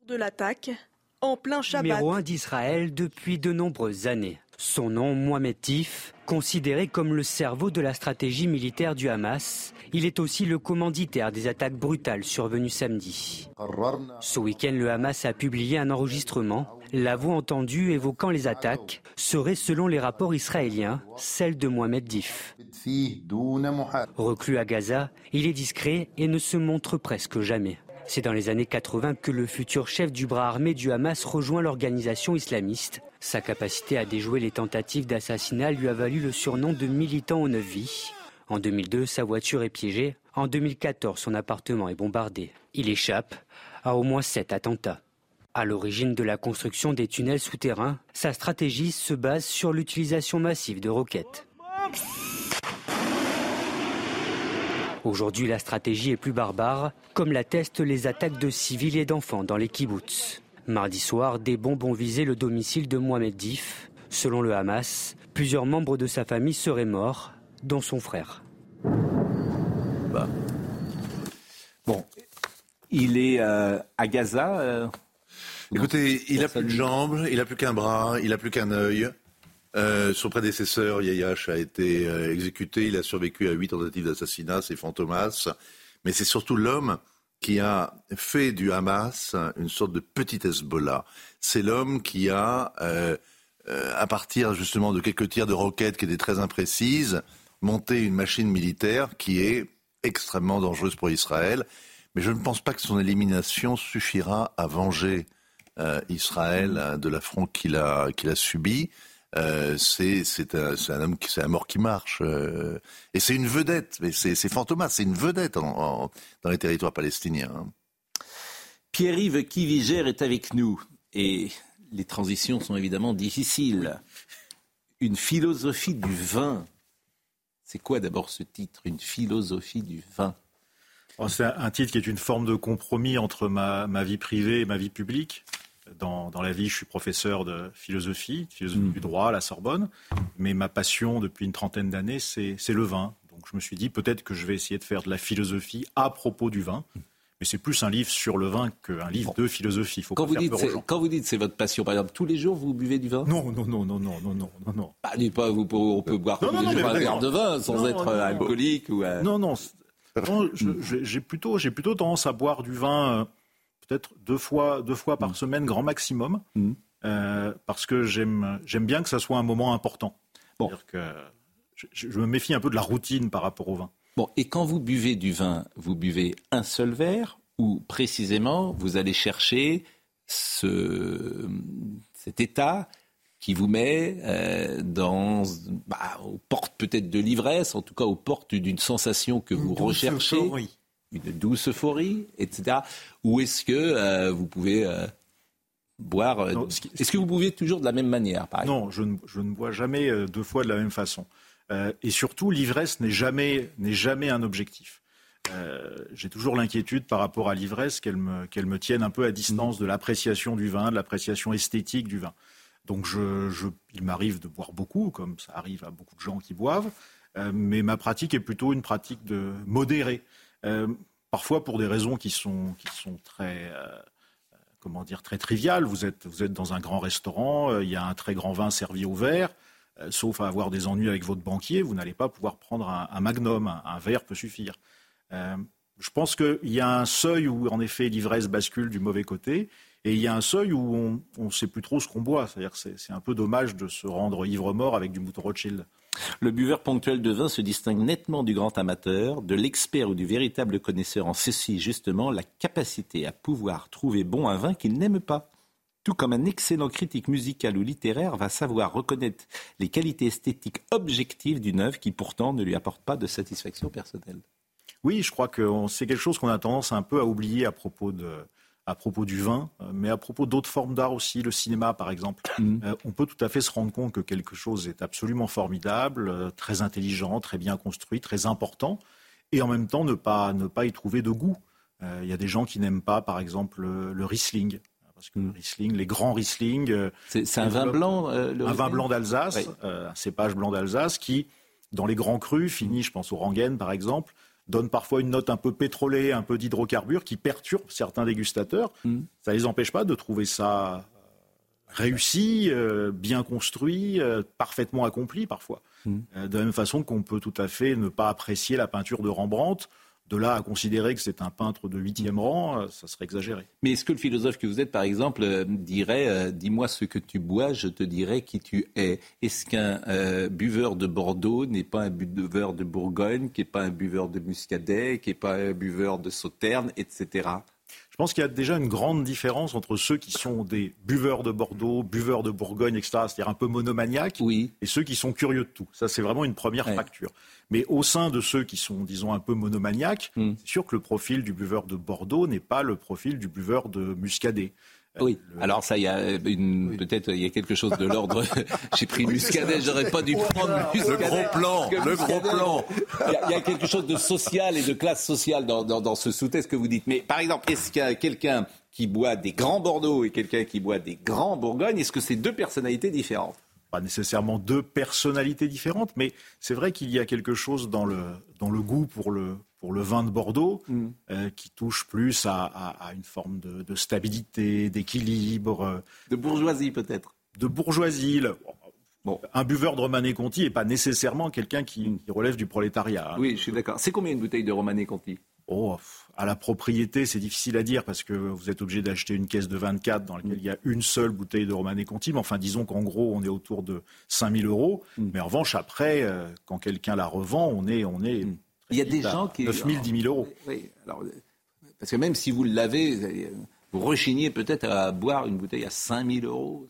De l'attaque, en plein Shabbat. Numéro 1 d'Israël depuis de nombreuses années. Son nom, Mohamed Dif, considéré comme le cerveau de la stratégie militaire du Hamas, il est aussi le commanditaire des attaques brutales survenues samedi. Ce week-end, le Hamas a publié un enregistrement. La voix entendue évoquant les attaques serait, selon les rapports israéliens, celle de Mohamed Dif. Reclus à Gaza, il est discret et ne se montre presque jamais. C'est dans les années 80 que le futur chef du bras armé du Hamas rejoint l'organisation islamiste. Sa capacité à déjouer les tentatives d'assassinat lui a valu le surnom de militant aux 9 vies. En 2002, sa voiture est piégée. En 2014, son appartement est bombardé. Il échappe à au moins 7 attentats. À l'origine de la construction des tunnels souterrains, sa stratégie se base sur l'utilisation massive de roquettes. Aujourd'hui, la stratégie est plus barbare, comme l'attestent les attaques de civils et d'enfants dans les kibboutz. Mardi soir, des bombes ont visé le domicile de Mohamed Dif. Selon le Hamas, plusieurs membres de sa famille seraient morts, dont son frère. Bon, il est à Gaza. Écoutez, il n'a plus de jambes, il n'a plus qu'un bras, il n'a plus qu'un œil. Son prédécesseur, Yayash, a été exécuté. Il a survécu à 8 tentatives d'assassinat, c'est Fantomas. Mais c'est surtout l'homme qui a fait du Hamas une sorte de petit Hezbollah. C'est l'homme qui a, à partir justement de quelques tirs de roquettes qui étaient très imprécises, monté une machine militaire qui est extrêmement dangereuse pour Israël. Mais je ne pense pas que son élimination suffira à venger Israël de l'affront qu'il a subi. C'est un homme, c'est un mort qui marche, et c'est une vedette. Mais c'est Fantomas, c'est une vedette dans les territoires palestiniens. Pierre-Yves Kiviger est avec nous, et les transitions sont évidemment difficiles. Une philosophie du vin. C'est quoi d'abord ce titre, une philosophie du vin? C'est un titre qui est une forme de compromis entre ma vie privée et ma vie publique. Dans la vie, je suis professeur de philosophie du droit à la Sorbonne, mais ma passion depuis une trentaine d'années, c'est le vin. Donc je me suis dit peut-être que je vais essayer de faire de la philosophie à propos du vin. Mais c'est plus un livre sur le vin qu'un livre de philosophie. Quand vous dites c'est votre passion, par exemple, tous les jours vous buvez du vin? Non. Dites pas, on peut boire un verre de vin sans être alcoolique ou. Non, j'ai plutôt tendance à boire du vin. Peut-être deux fois par semaine, grand maximum, parce que j'aime bien que ça soit un moment important. Bon. C'est-à-dire que je me méfie un peu de la routine par rapport au vin. Bon, et quand vous buvez du vin, vous buvez un seul verre ou précisément vous allez chercher cet état qui vous met aux portes peut-être de l'ivresse, en tout cas aux portes d'une sensation que vous recherchez. Euphorie. Une douce euphorie, etc. Ou est-ce que vous pouvez boire... Est-ce que vous buvez toujours de la même manière, par exemple? Non, je ne bois jamais deux fois de la même façon. Et surtout, l'ivresse n'est jamais un objectif. J'ai toujours l'inquiétude par rapport à l'ivresse qu'elle me tienne un peu à distance de l'appréciation du vin, de l'appréciation esthétique du vin. Donc il m'arrive de boire beaucoup, comme ça arrive à beaucoup de gens qui boivent, mais ma pratique est plutôt une pratique de modérée. Parfois pour des raisons qui sont très, très triviales. Vous êtes dans un grand restaurant, il y a un très grand vin servi au verre, sauf à avoir des ennuis avec votre banquier, vous n'allez pas pouvoir prendre un magnum, un verre peut suffire. Je pense qu'il y a un seuil où en effet l'ivresse bascule du mauvais côté, et il y a un seuil où on ne sait plus trop ce qu'on boit. C'est-à-dire que c'est un peu dommage de se rendre ivre-mort avec du mouton Rothschild. Le buveur ponctuel de vin se distingue nettement du grand amateur, de l'expert ou du véritable connaisseur en ceci justement la capacité à pouvoir trouver bon un vin qu'il n'aime pas. Tout comme un excellent critique musical ou littéraire va savoir reconnaître les qualités esthétiques objectives d'une œuvre qui pourtant ne lui apporte pas de satisfaction personnelle. Oui, je crois que c'est quelque chose qu'on a tendance un peu à oublier à propos du vin, mais à propos d'autres formes d'art aussi, le cinéma par exemple. On peut tout à fait se rendre compte que quelque chose est absolument formidable, très intelligent, très bien construit, très important, et en même temps ne pas y trouver de goût. Il y a des gens qui n'aiment pas par exemple le Riesling, parce que le Riesling, les grands Riesling... c'est un vin blanc un vin blanc d'Alsace, oui. Un cépage blanc d'Alsace qui, dans les grands crus, finit, je pense au Rangen par exemple, donnent parfois une note un peu pétrolée, un peu d'hydrocarbures, qui perturbent certains dégustateurs. Ça ne les empêche pas de trouver ça réussi, bien construit, parfaitement accompli parfois. De la même façon qu'on peut tout à fait ne pas apprécier la peinture de Rembrandt. De là à considérer que c'est un peintre de 8e rang, ça serait exagéré. Mais est-ce que le philosophe que vous êtes, par exemple, dirait dis-moi ce que tu bois, je te dirai qui tu es. Est-ce qu'un buveur de Bordeaux n'est pas un buveur de Bourgogne, qui n'est pas un buveur de Muscadet, qui n'est pas un buveur de Sauternes, etc. Je pense qu'il y a déjà une grande différence entre ceux qui sont des buveurs de Bordeaux, buveurs de Bourgogne, etc., c'est-à-dire un peu monomaniaques, et ceux qui sont curieux de tout. Ça, c'est vraiment une première fracture. Mais au sein de ceux qui sont, disons, un peu monomaniaques, c'est sûr que le profil du buveur de Bordeaux n'est pas le profil du buveur de Muscadet. Oui, alors ça, il y a peut-être il y a quelque chose de l'ordre. J'ai pris Muscadet, j'aurais pas dû prendre Muscadet. Le gros plan. Il y a quelque chose de social et de classe sociale dans ce sous-texte que vous dites. Mais par exemple, est-ce qu'il y a quelqu'un qui boit des grands Bordeaux et quelqu'un qui boit des grands Bourgogne? Est-ce que c'est deux personnalités différentes? Pas nécessairement deux personnalités différentes, mais c'est vrai qu'il y a quelque chose dans le goût pour le vin de Bordeaux qui touche plus à une forme de stabilité, d'équilibre. De bourgeoisie peut-être. De bourgeoisie. Un buveur de Romanée Conti n'est pas nécessairement quelqu'un qui relève du prolétariat. Oui, je suis d'accord. C'est combien une bouteille de Romanée Conti? À la propriété, c'est difficile à dire parce que vous êtes obligé d'acheter une caisse de 24 dans laquelle il y a une seule bouteille de Romanée Conti. Mais enfin, disons qu'en gros, on est autour de 5 000 €. Mais en revanche, après, quand quelqu'un la revend, on est il y a des gens qui 9 000, 10 000 €. Oui, alors, parce que même si vous l'avez, vous rechignez peut-être à boire une bouteille à 5 000 €.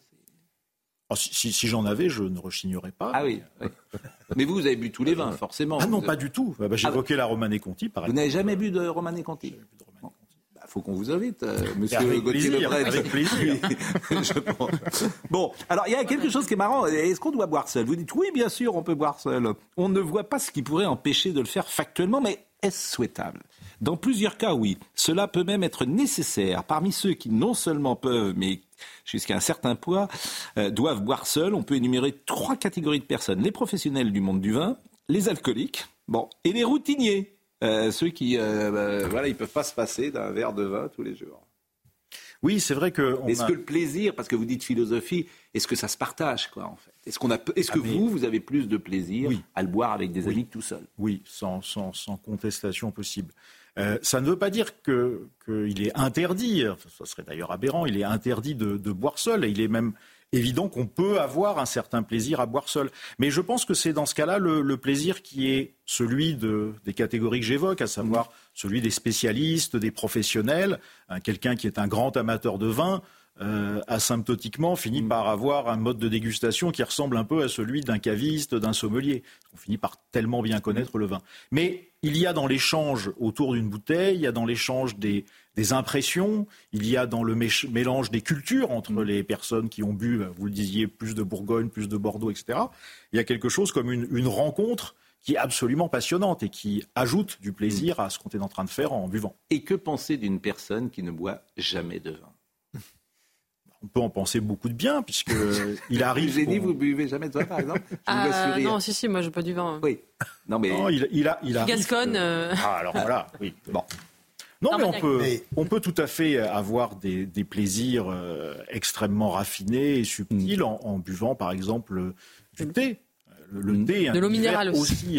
Si j'en avais, je ne rechignerais pas. Ah oui. Mais vous avez bu tous les vins, forcément. Ah non, pas du tout. J'évoquais la Romanée Conti, par exemple. Vous n'avez jamais bu de Romanée Conti? Il faut qu'on vous invite, monsieur Gauthier Lebret. Avec plaisir. Je pense. Bon, alors il y a quelque chose qui est marrant. Est-ce qu'on doit boire seul? Vous dites oui, bien sûr, on peut boire seul. On ne voit pas ce qui pourrait empêcher de le faire factuellement, mais est-ce souhaitable? Dans plusieurs cas, oui. Cela peut même être nécessaire. Parmi ceux qui non seulement peuvent, mais jusqu'à un certain point, doivent boire seuls, on peut énumérer 3 catégories de personnes. Les professionnels du monde du vin, les alcooliques, et les routiniers. Ceux qui, ils ne peuvent pas se passer d'un verre de vin tous les jours. Oui, c'est vrai que... Est-ce que le plaisir, parce que vous dites philosophie, est-ce que ça se partage, quoi, en fait? Est-ce que vous avez plus de plaisir à le boire avec des amis que tout seul? Oui, sans contestation possible. Ça ne veut pas dire qu'il est interdit, ça serait d'ailleurs aberrant, il est interdit de boire seul, et il est même évident qu'on peut avoir un certain plaisir à boire seul. Mais je pense que c'est dans ce cas-là le plaisir qui est celui des catégories que j'évoque, à savoir celui des spécialistes, des professionnels. Quelqu'un qui est un grand amateur de vin, asymptotiquement, finit par avoir un mode de dégustation qui ressemble un peu à celui d'un caviste, d'un sommelier. On finit par tellement bien connaître le vin. Mais il y a dans l'échange autour d'une bouteille, il y a dans l'échange des impressions, il y a dans le mélange des cultures entre les personnes qui ont bu, vous le disiez, plus de Bourgogne, plus de Bordeaux, etc. Il y a quelque chose comme une rencontre qui est absolument passionnante et qui ajoute du plaisir à ce qu'on est en train de faire en buvant. Et que penser d'une personne qui ne boit jamais de vin? On peut en penser beaucoup de bien, puisqu'il arrive... J'ai dit, vous buvez jamais de vin, par exemple? Non, si, moi, je bois du vin. Oui. Non, mais... Non, il arrive... Gasconne... alors voilà, oui. Bon. Non, mais on peut tout à fait avoir des plaisirs extrêmement raffinés et subtils en buvant, par exemple, du thé. Le thé, de l'eau minérale aussi.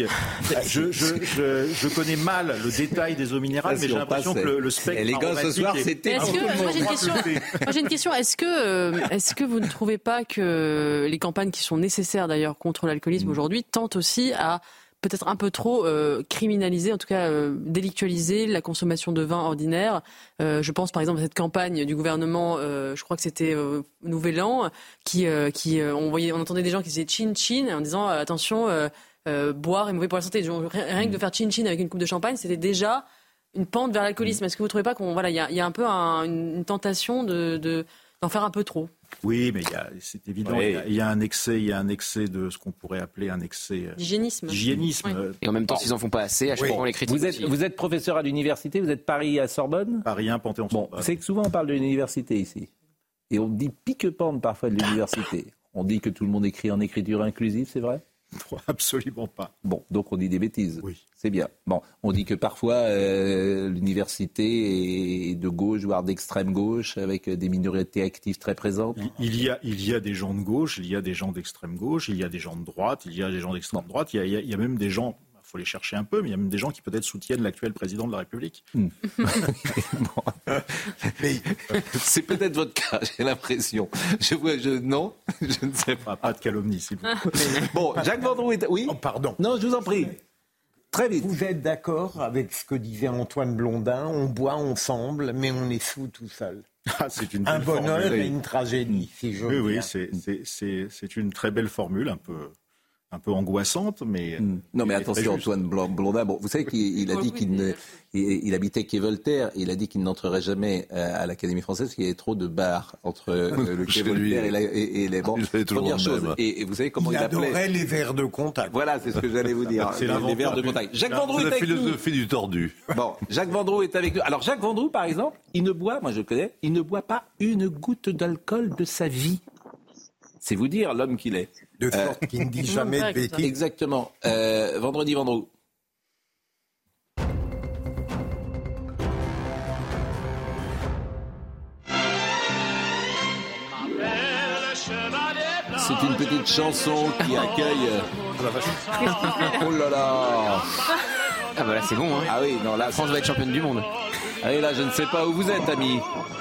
Je connais mal le détail des eaux minérales, mais j'ai l'impression que le spectre aromatique... ce soir, c'était... Moi, j'ai une question. Est-ce que vous ne trouvez pas que les campagnes qui sont nécessaires, d'ailleurs, contre l'alcoolisme aujourd'hui, tentent aussi à peut-être un peu trop criminaliser, en tout cas délictualiser la consommation de vin ordinaire? Je pense par exemple à cette campagne du gouvernement, je crois que c'était Nouvel An, on entendait des gens qui disaient chin-chin en disant attention, boire est mauvais pour la santé. Rien que de faire chin-chin avec une coupe de champagne, c'était déjà une pente vers l'alcoolisme. Est-ce que vous ne trouvez pas qu'il y a un peu une tentation d'en faire un peu trop? Oui, mais c'est évident, il y a un excès de ce qu'on pourrait appeler un excès d'hygiénisme. Oui. Et en même temps, s'ils n'en font pas assez, à chaque fois on les critique. Vous êtes professeur à l'université, vous êtes Paris à Sorbonne? Paris 1, Panthéon-Sorbonne. C'est que souvent on parle de l'université ici. Et on dit pique-pente parfois de l'université. On dit que tout le monde écrit en écriture inclusive, c'est vrai? Absolument pas. Bon, donc on dit des bêtises. Oui. C'est bien. Bon, on dit que parfois l'université est de gauche, voire d'extrême gauche, avec des minorités actives très présentes. Il y a des gens de gauche, il y a des gens d'extrême gauche, il y a des gens de droite, il y a des gens d'extrême droite, il y a même des gens... Il faut les chercher un peu, mais il y a même des gens qui peut-être soutiennent l'actuel président de la République. C'est peut-être votre cas, j'ai l'impression. Non, je ne sais pas. Pas de calomnie, s'il vous plaît. Bon, Jacques Vendroux est... Oui. Pardon. Non, je vous en prie. Très vite. Vous êtes d'accord avec ce que disait Antoine Blondin ? On boit ensemble, mais on est sous tout seul. C'est une un belle bonheur formule. et une tragédie, si je veux Oui, dire. c'est une très belle formule, un peu angoissante, mais... Non, mais attention, Antoine Blondin, bon, vous savez qu'il a dit il habitait quai Voltaire, et il a dit qu'il n'entrerait jamais à l'Académie française parce qu'il y avait trop de bars entre le quai Voltaire et les bancs. Première chose, et vous savez comment il appelait... adorait les verres de contact. Voilà, c'est ce que j'allais vous dire, les verres de contact. Jacques Vendroux est la avec nous. philosophie du tordu. Bon, Jacques Vendroux est avec nous. Alors, Jacques Vendroux, par exemple, il ne boit pas une goutte d'alcool de sa vie. C'est vous dire l'homme qu'il est. De sorte qu'il ne dit jamais de bêtises. Exactement. Vendredi Vendroux. C'est une petite chanson qui accueille... Oh là là. Ah bah là c'est bon, hein. Ah oui, non, là, la France va être championne du monde. Ah oui, là je ne sais pas où vous êtes, amis.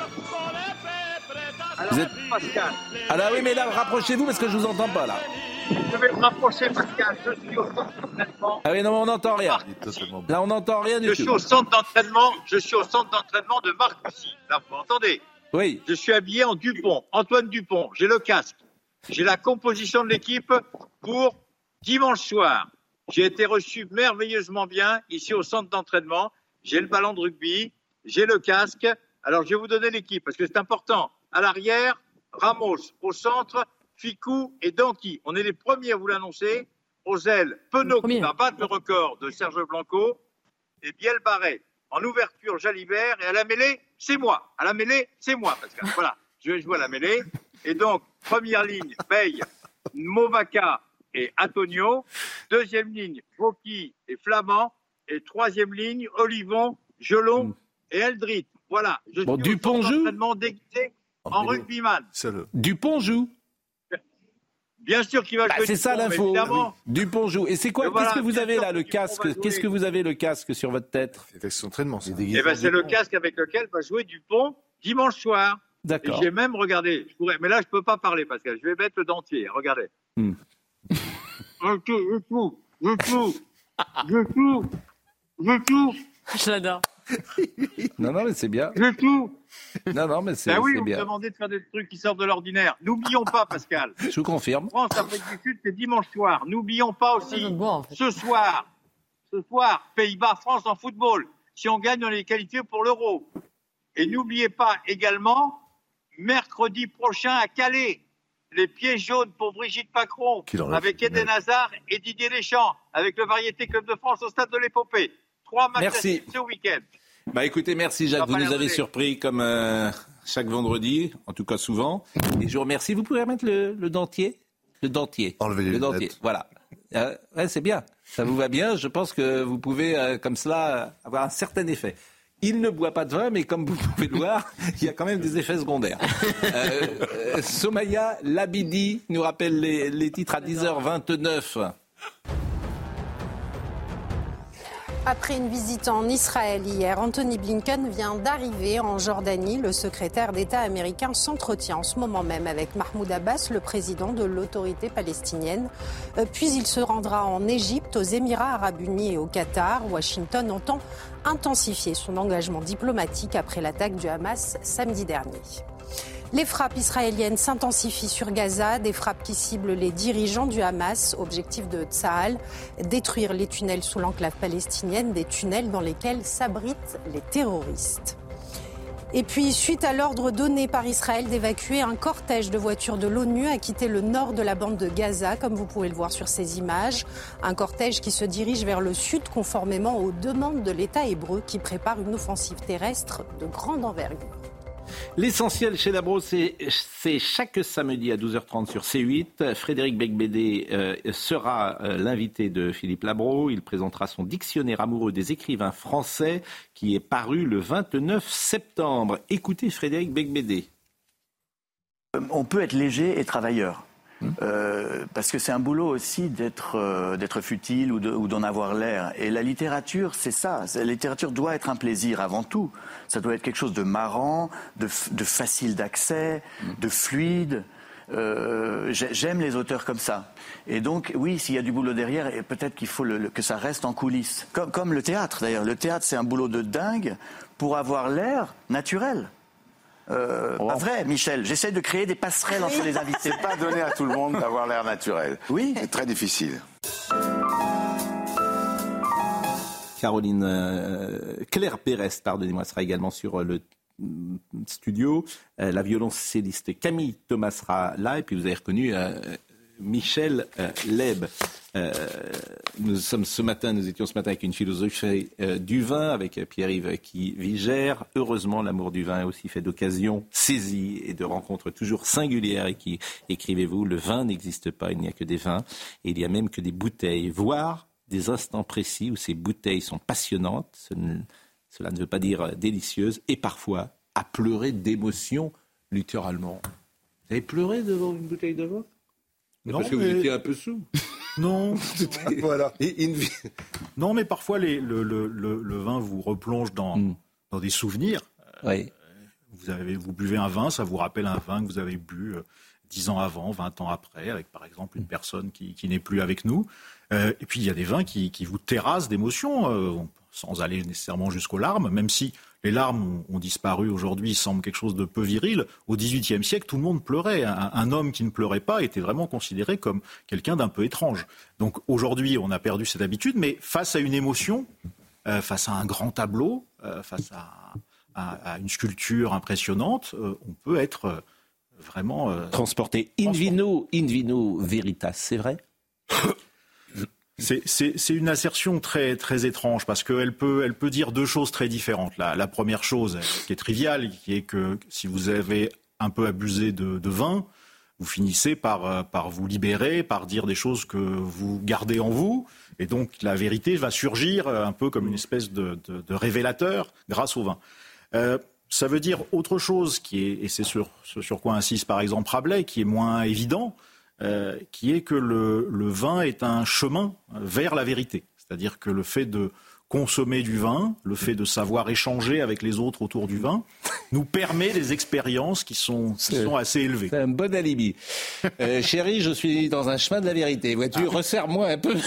Vous êtes... Ah là oui, mais là rapprochez-vous parce que je vous entends pas là. Je vais me rapprocher, Pascal. Je suis au centre d'entraînement. Ah oui, non, mais on n'entend rien. Là, on n'entend rien du tout. Je suis au centre d'entraînement de Marcoussis. Là, vous m'entendez ? Oui. Je suis habillé en Dupont, Antoine Dupont. J'ai le casque. J'ai la composition de l'équipe pour dimanche soir. J'ai été reçu merveilleusement bien ici au centre d'entraînement. J'ai le ballon de rugby, j'ai le casque. Alors, je vais vous donner l'équipe parce que c'est important. À l'arrière, Ramos. Au centre, Ficou et Danti. On est les premiers à vous l'annoncer. Aux ailes, Penaud qui va battre le record de Serge Blanco et Biel Barret. En ouverture, Jalibert. Et à la mêlée, c'est moi. À la mêlée, c'est moi, Pascal. Voilà, je vais jouer à la mêlée. Et donc, première ligne, Veille, Movaca et Antonio. Deuxième ligne, Fauqui et Flamand. Et troisième ligne, Olivon, Gelon et Eldrit. Voilà. Je suis Dupont joue déguisé en rugbyman. Dupont joue. Bien sûr qu'il va jouer. C'est ça l'info. Oui. Dupont joue. Et c'est quoi ? Qu'est-ce que vous avez là, le casque ? Qu'est-ce que vous avez le casque sur votre tête ? C'est son entraînement. C'est le casque avec lequel va jouer Dupont dimanche soir. D'accord. Et j'ai même regardé. Mais là, je peux pas parler, Pascal. Je vais mettre le dentier. Regardez. Je l'adore. Non, mais c'est bien. Non, mais c'est bien. Oui, on me demandait de faire des trucs qui sortent de l'ordinaire. N'oublions pas, Pascal. Je vous confirme. France-Afrique du Sud, c'est dimanche soir. N'oublions pas aussi, ce soir, Pays-Bas-France en football. Si on gagne, on est qualifié pour l'Euro. Et n'oubliez pas également, mercredi prochain à Calais, les pieds jaunes pour Brigitte Macron, avec Eden Hazard et Didier Deschamps, avec le Variété Club de France au stade de l'Épopée. 3 matchs ce week-end. Écoutez, merci Jacques, vous nous avez surpris comme chaque vendredi, en tout cas souvent. Et je vous remercie. Vous pouvez remettre le dentier ? Le dentier. Enlevez les dentier. Voilà. Ouais, c'est bien. Ça vous va bien. Je pense que vous pouvez, comme cela, avoir un certain effet. Il ne boit pas de vin, mais comme vous pouvez le voir, il y a quand même des effets secondaires. Somaya Labidi nous rappelle les titres à 10h29. Après une visite en Israël hier, Anthony Blinken vient d'arriver en Jordanie. Le secrétaire d'État américain s'entretient en ce moment même avec Mahmoud Abbas, le président de l'autorité palestinienne. Puis il se rendra en Égypte, aux Émirats arabes unis et au Qatar. Washington entend intensifier son engagement diplomatique après l'attaque du Hamas samedi dernier. Les frappes israéliennes s'intensifient sur Gaza, des frappes qui ciblent les dirigeants du Hamas. Objectif de Tsahal, détruire les tunnels sous l'enclave palestinienne, des tunnels dans lesquels s'abritent les terroristes. Et puis, suite à l'ordre donné par Israël d'évacuer, un cortège de voitures de l'ONU a quitté le nord de la bande de Gaza, comme vous pouvez le voir sur ces images. Un cortège qui se dirige vers le sud, conformément aux demandes de l'État hébreu qui prépare une offensive terrestre de grande envergure. L'essentiel chez Labro, c'est chaque samedi à 12h30 sur C8. Frédéric Becbédé sera l'invité de Philippe Labro. Il présentera son dictionnaire amoureux des écrivains français qui est paru le 29 septembre. Écoutez Frédéric Becbédé. On peut être léger et travailleur. Parce que c'est un boulot aussi d'être futile ou d'en avoir l'air. Et la littérature, c'est ça. La littérature doit être un plaisir avant tout. Ça doit être quelque chose de marrant, de facile d'accès, de fluide. J'aime les auteurs comme ça. Et donc, oui, s'il y a du boulot derrière, et peut-être qu'il faut que ça reste en coulisses. Comme le théâtre, d'ailleurs. Le théâtre, c'est un boulot de dingue pour avoir l'air naturel. Pas vrai, Michel. J'essaie de créer des passerelles entre les invités. C'est pas donné à tout le monde d'avoir l'air naturel. Oui. C'est très difficile. Claire Pérez, pardonnez-moi, sera également sur le studio. La violoncelliste Camille Thomas sera là. Et puis vous avez reconnu Michel Leb. Nous étions ce matin avec une philosophie du vin, avec Pierre-Yves Vigère. Heureusement, l'amour du vin est aussi fait d'occasions saisies et de rencontres toujours singulières. Et qui, écrivez-vous, le vin n'existe pas, il n'y a que des vins. Et il n'y a même que des bouteilles, voire des instants précis où ces bouteilles sont passionnantes. Cela ne veut pas dire délicieuses. Et parfois, à pleurer d'émotion, littéralement. Vous avez pleuré devant une bouteille de vin ? Non, parce que vous étiez un peu sous. Non, voilà. Non, mais parfois le vin vous replonge dans des souvenirs. Oui. Vous buvez un vin, ça vous rappelle un vin que vous avez bu 10 ans avant, 20 ans après, avec par exemple une personne qui n'est plus avec nous. Et puis il y a des vins qui vous terrassent d'émotions, sans aller nécessairement jusqu'aux larmes, même si les larmes ont disparu aujourd'hui, il semble quelque chose de peu viril. Au XVIIIe siècle, tout le monde pleurait. Un homme qui ne pleurait pas était vraiment considéré comme quelqu'un d'un peu étrange. Donc aujourd'hui, on a perdu cette habitude, mais face à une émotion, face à un grand tableau, face à une sculpture impressionnante, on peut être vraiment... transporté in vino veritas, c'est vrai ? C'est une assertion très, très étrange parce qu'elle peut dire deux choses très différentes. La première chose, qui est triviale, qui est que si vous avez un peu abusé de vin, vous finissez par vous libérer, par dire des choses que vous gardez en vous. Et donc la vérité va surgir un peu comme une espèce de révélateur grâce au vin. Ça veut dire autre chose, et c'est ce sur quoi insiste par exemple Rabelais, qui est moins évident, qui est que le vin est un chemin vers la vérité. C'est-à-dire que le fait de consommer du vin, le fait de savoir échanger avec les autres autour du vin, nous permet des expériences qui sont assez élevées. C'est un bon alibi. Chérie, je suis dans un chemin de la vérité. Vois-tu, resserre-moi un peu.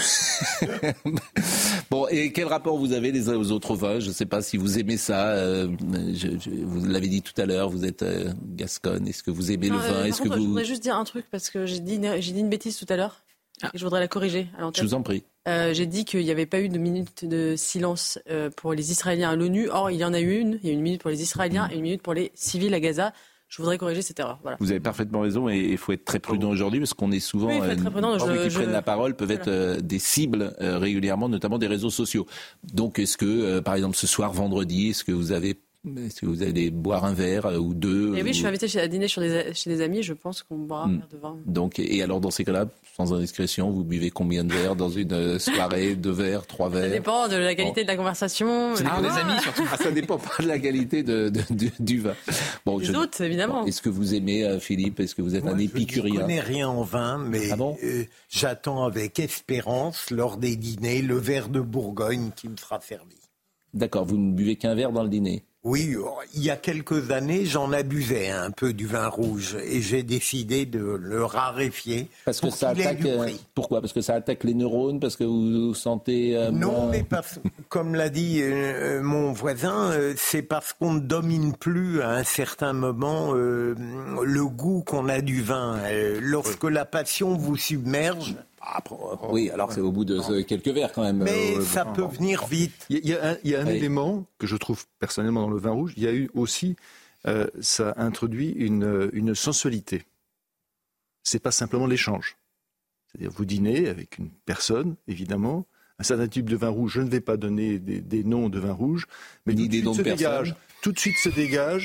Bon, et quel rapport vous avez les uns aux autres vins ? Je ne sais pas si vous aimez ça. Vous l'avez dit tout à l'heure, vous êtes gasconne. Est-ce que vous aimez le vin ? Je voudrais juste dire un truc, parce que j'ai dit une bêtise tout à l'heure. Et je voudrais la corriger à l'antenne. Je vous en prie. J'ai dit qu'il n'y avait pas eu de minute de silence pour les Israéliens à l'ONU. Or, il y en a eu une. Il y a eu une minute pour les Israéliens et une minute pour les civils à Gaza. Je voudrais corriger cette erreur. Voilà. Vous avez parfaitement raison et il faut être très prudent aujourd'hui parce qu'on est souvent... Oui, il faut être très prudent. Ceux qui prennent la parole peuvent être des cibles régulièrement, notamment des réseaux sociaux. Donc, est-ce que, par exemple, ce soir, vendredi, est-ce que vous allez boire un verre ou deux ? Oui, je suis invitée à dîner chez des amis. Je pense qu'on boira un verre de vin. Donc, et alors, dans ces cas-là, sans indiscrétion, vous buvez combien de verres dans une soirée ? 2 verres, 3 verres ? Ça dépend de la qualité de la conversation. Ça dépend des amis, surtout. Ça dépend pas de la qualité du vin. Bon, les autres, évidemment. Est-ce que vous aimez, Philippe ? Est-ce que vous êtes un épicurien ? Je ne connais rien en vin, mais j'attends avec espérance, lors des dîners, le verre de Bourgogne qui me sera servi. D'accord, vous ne buvez qu'un verre dans le dîner ? Oui, il y a quelques années, j'en abusais un peu du vin rouge et j'ai décidé de le raréfier. Parce que ça attaque. Pourquoi ? Parce que ça attaque les neurones ? Parce que vous sentez. Non, mais comme l'a dit mon voisin, c'est parce qu'on ne domine plus à un certain moment le goût qu'on a du vin. Lorsque la passion vous submerge. Oui, alors c'est au bout de quelques verres quand même. Mais ça peut venir vite. Il y a un élément que je trouve personnellement dans le vin rouge. Il y a eu aussi, ça introduit une sensualité. C'est pas simplement l'échange. C'est-à-dire vous dînez avec une personne, évidemment, un certain type de vin rouge. Je ne vais pas donner des noms de vin rouge, mais ni des noms de personnes. Tout de suite se dégage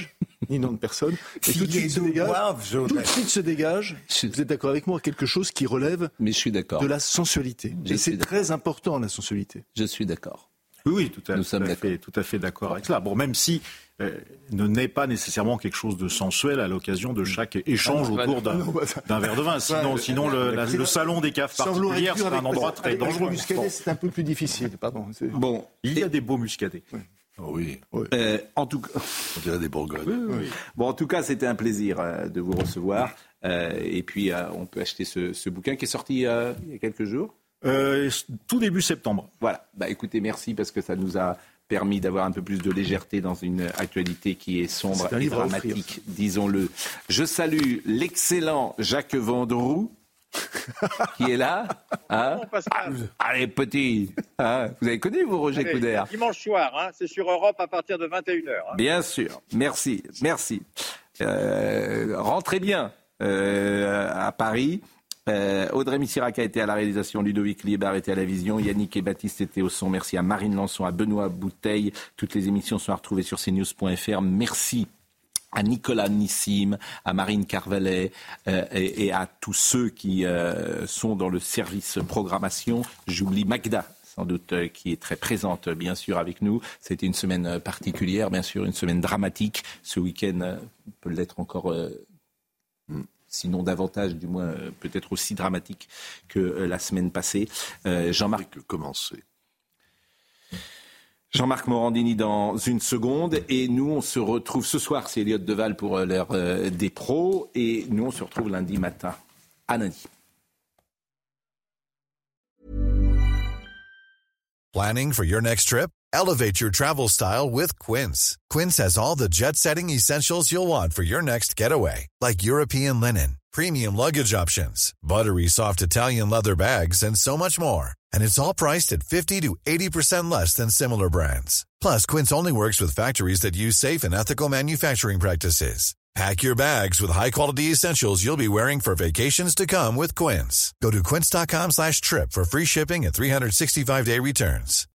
ni nom de personne. Et tout de suite se dégage, vous êtes d'accord avec moi, quelque chose qui relève de la sensualité. Et c'est très important, la sensualité. Je suis d'accord. Oui, tout à fait d'accord avec cela. Bon, même si ne naît pas nécessairement quelque chose de sensuel à l'occasion de chaque échange autour d'un verre de vin. Sinon le salon des caves particulières, c'est un endroit très dangereux. Muscadet, c'est un peu plus difficile. Pardon. Bon, il y a des beaux muscadets. Oui. En tout cas, on dirait des Bourgognes. Oui. Bon, en tout cas, c'était un plaisir de vous recevoir. Et puis, on peut acheter ce bouquin qui est sorti il y a quelques jours. Tout début septembre. Voilà. Écoutez, merci parce que ça nous a permis d'avoir un peu plus de légèreté dans une actualité qui est sombre et dramatique, disons-le. Je salue l'excellent Jacques Vendroux qui est là. Allez, petit. Vous avez connu, vous, Roger Couder? Dimanche soir, c'est sur Europe à partir de 21h. Bien sûr. Merci. Rentrez bien à Paris. Audrey Missirac a été à la réalisation, Ludovic Liébar était à la vision, Yannick et Baptiste étaient au son. Merci à Marine Lançon, à Benoît Bouteille. Toutes les émissions sont à retrouver sur cnews.fr. Merci à Nicolas Nissim, à Marine Carvalet et à tous ceux qui sont dans le service programmation. J'oublie Magda, sans doute, qui est très présente, bien sûr, avec nous. C'était une semaine particulière, bien sûr, une semaine dramatique. Ce week-end peut l'être encore... sinon davantage, du moins peut-être aussi dramatique que la semaine passée. Jean-Marc Jean-Marc Morandini dans une seconde. Et nous, on se retrouve ce soir, c'est Elliott Deval pour l'heure des pros. Et nous, on se retrouve lundi matin. À lundi. Planning for your next trip? Elevate your travel style with Quince. Quince has all the jet-setting essentials you'll want for your next getaway, like European linen, premium luggage options, buttery soft Italian leather bags, and so much more. And it's all priced at 50 to 80% less than similar brands. Plus, Quince only works with factories that use safe and ethical manufacturing practices. Pack your bags with high-quality essentials you'll be wearing for vacations to come with Quince. Go to quince.com/trip for free shipping and 365-day returns.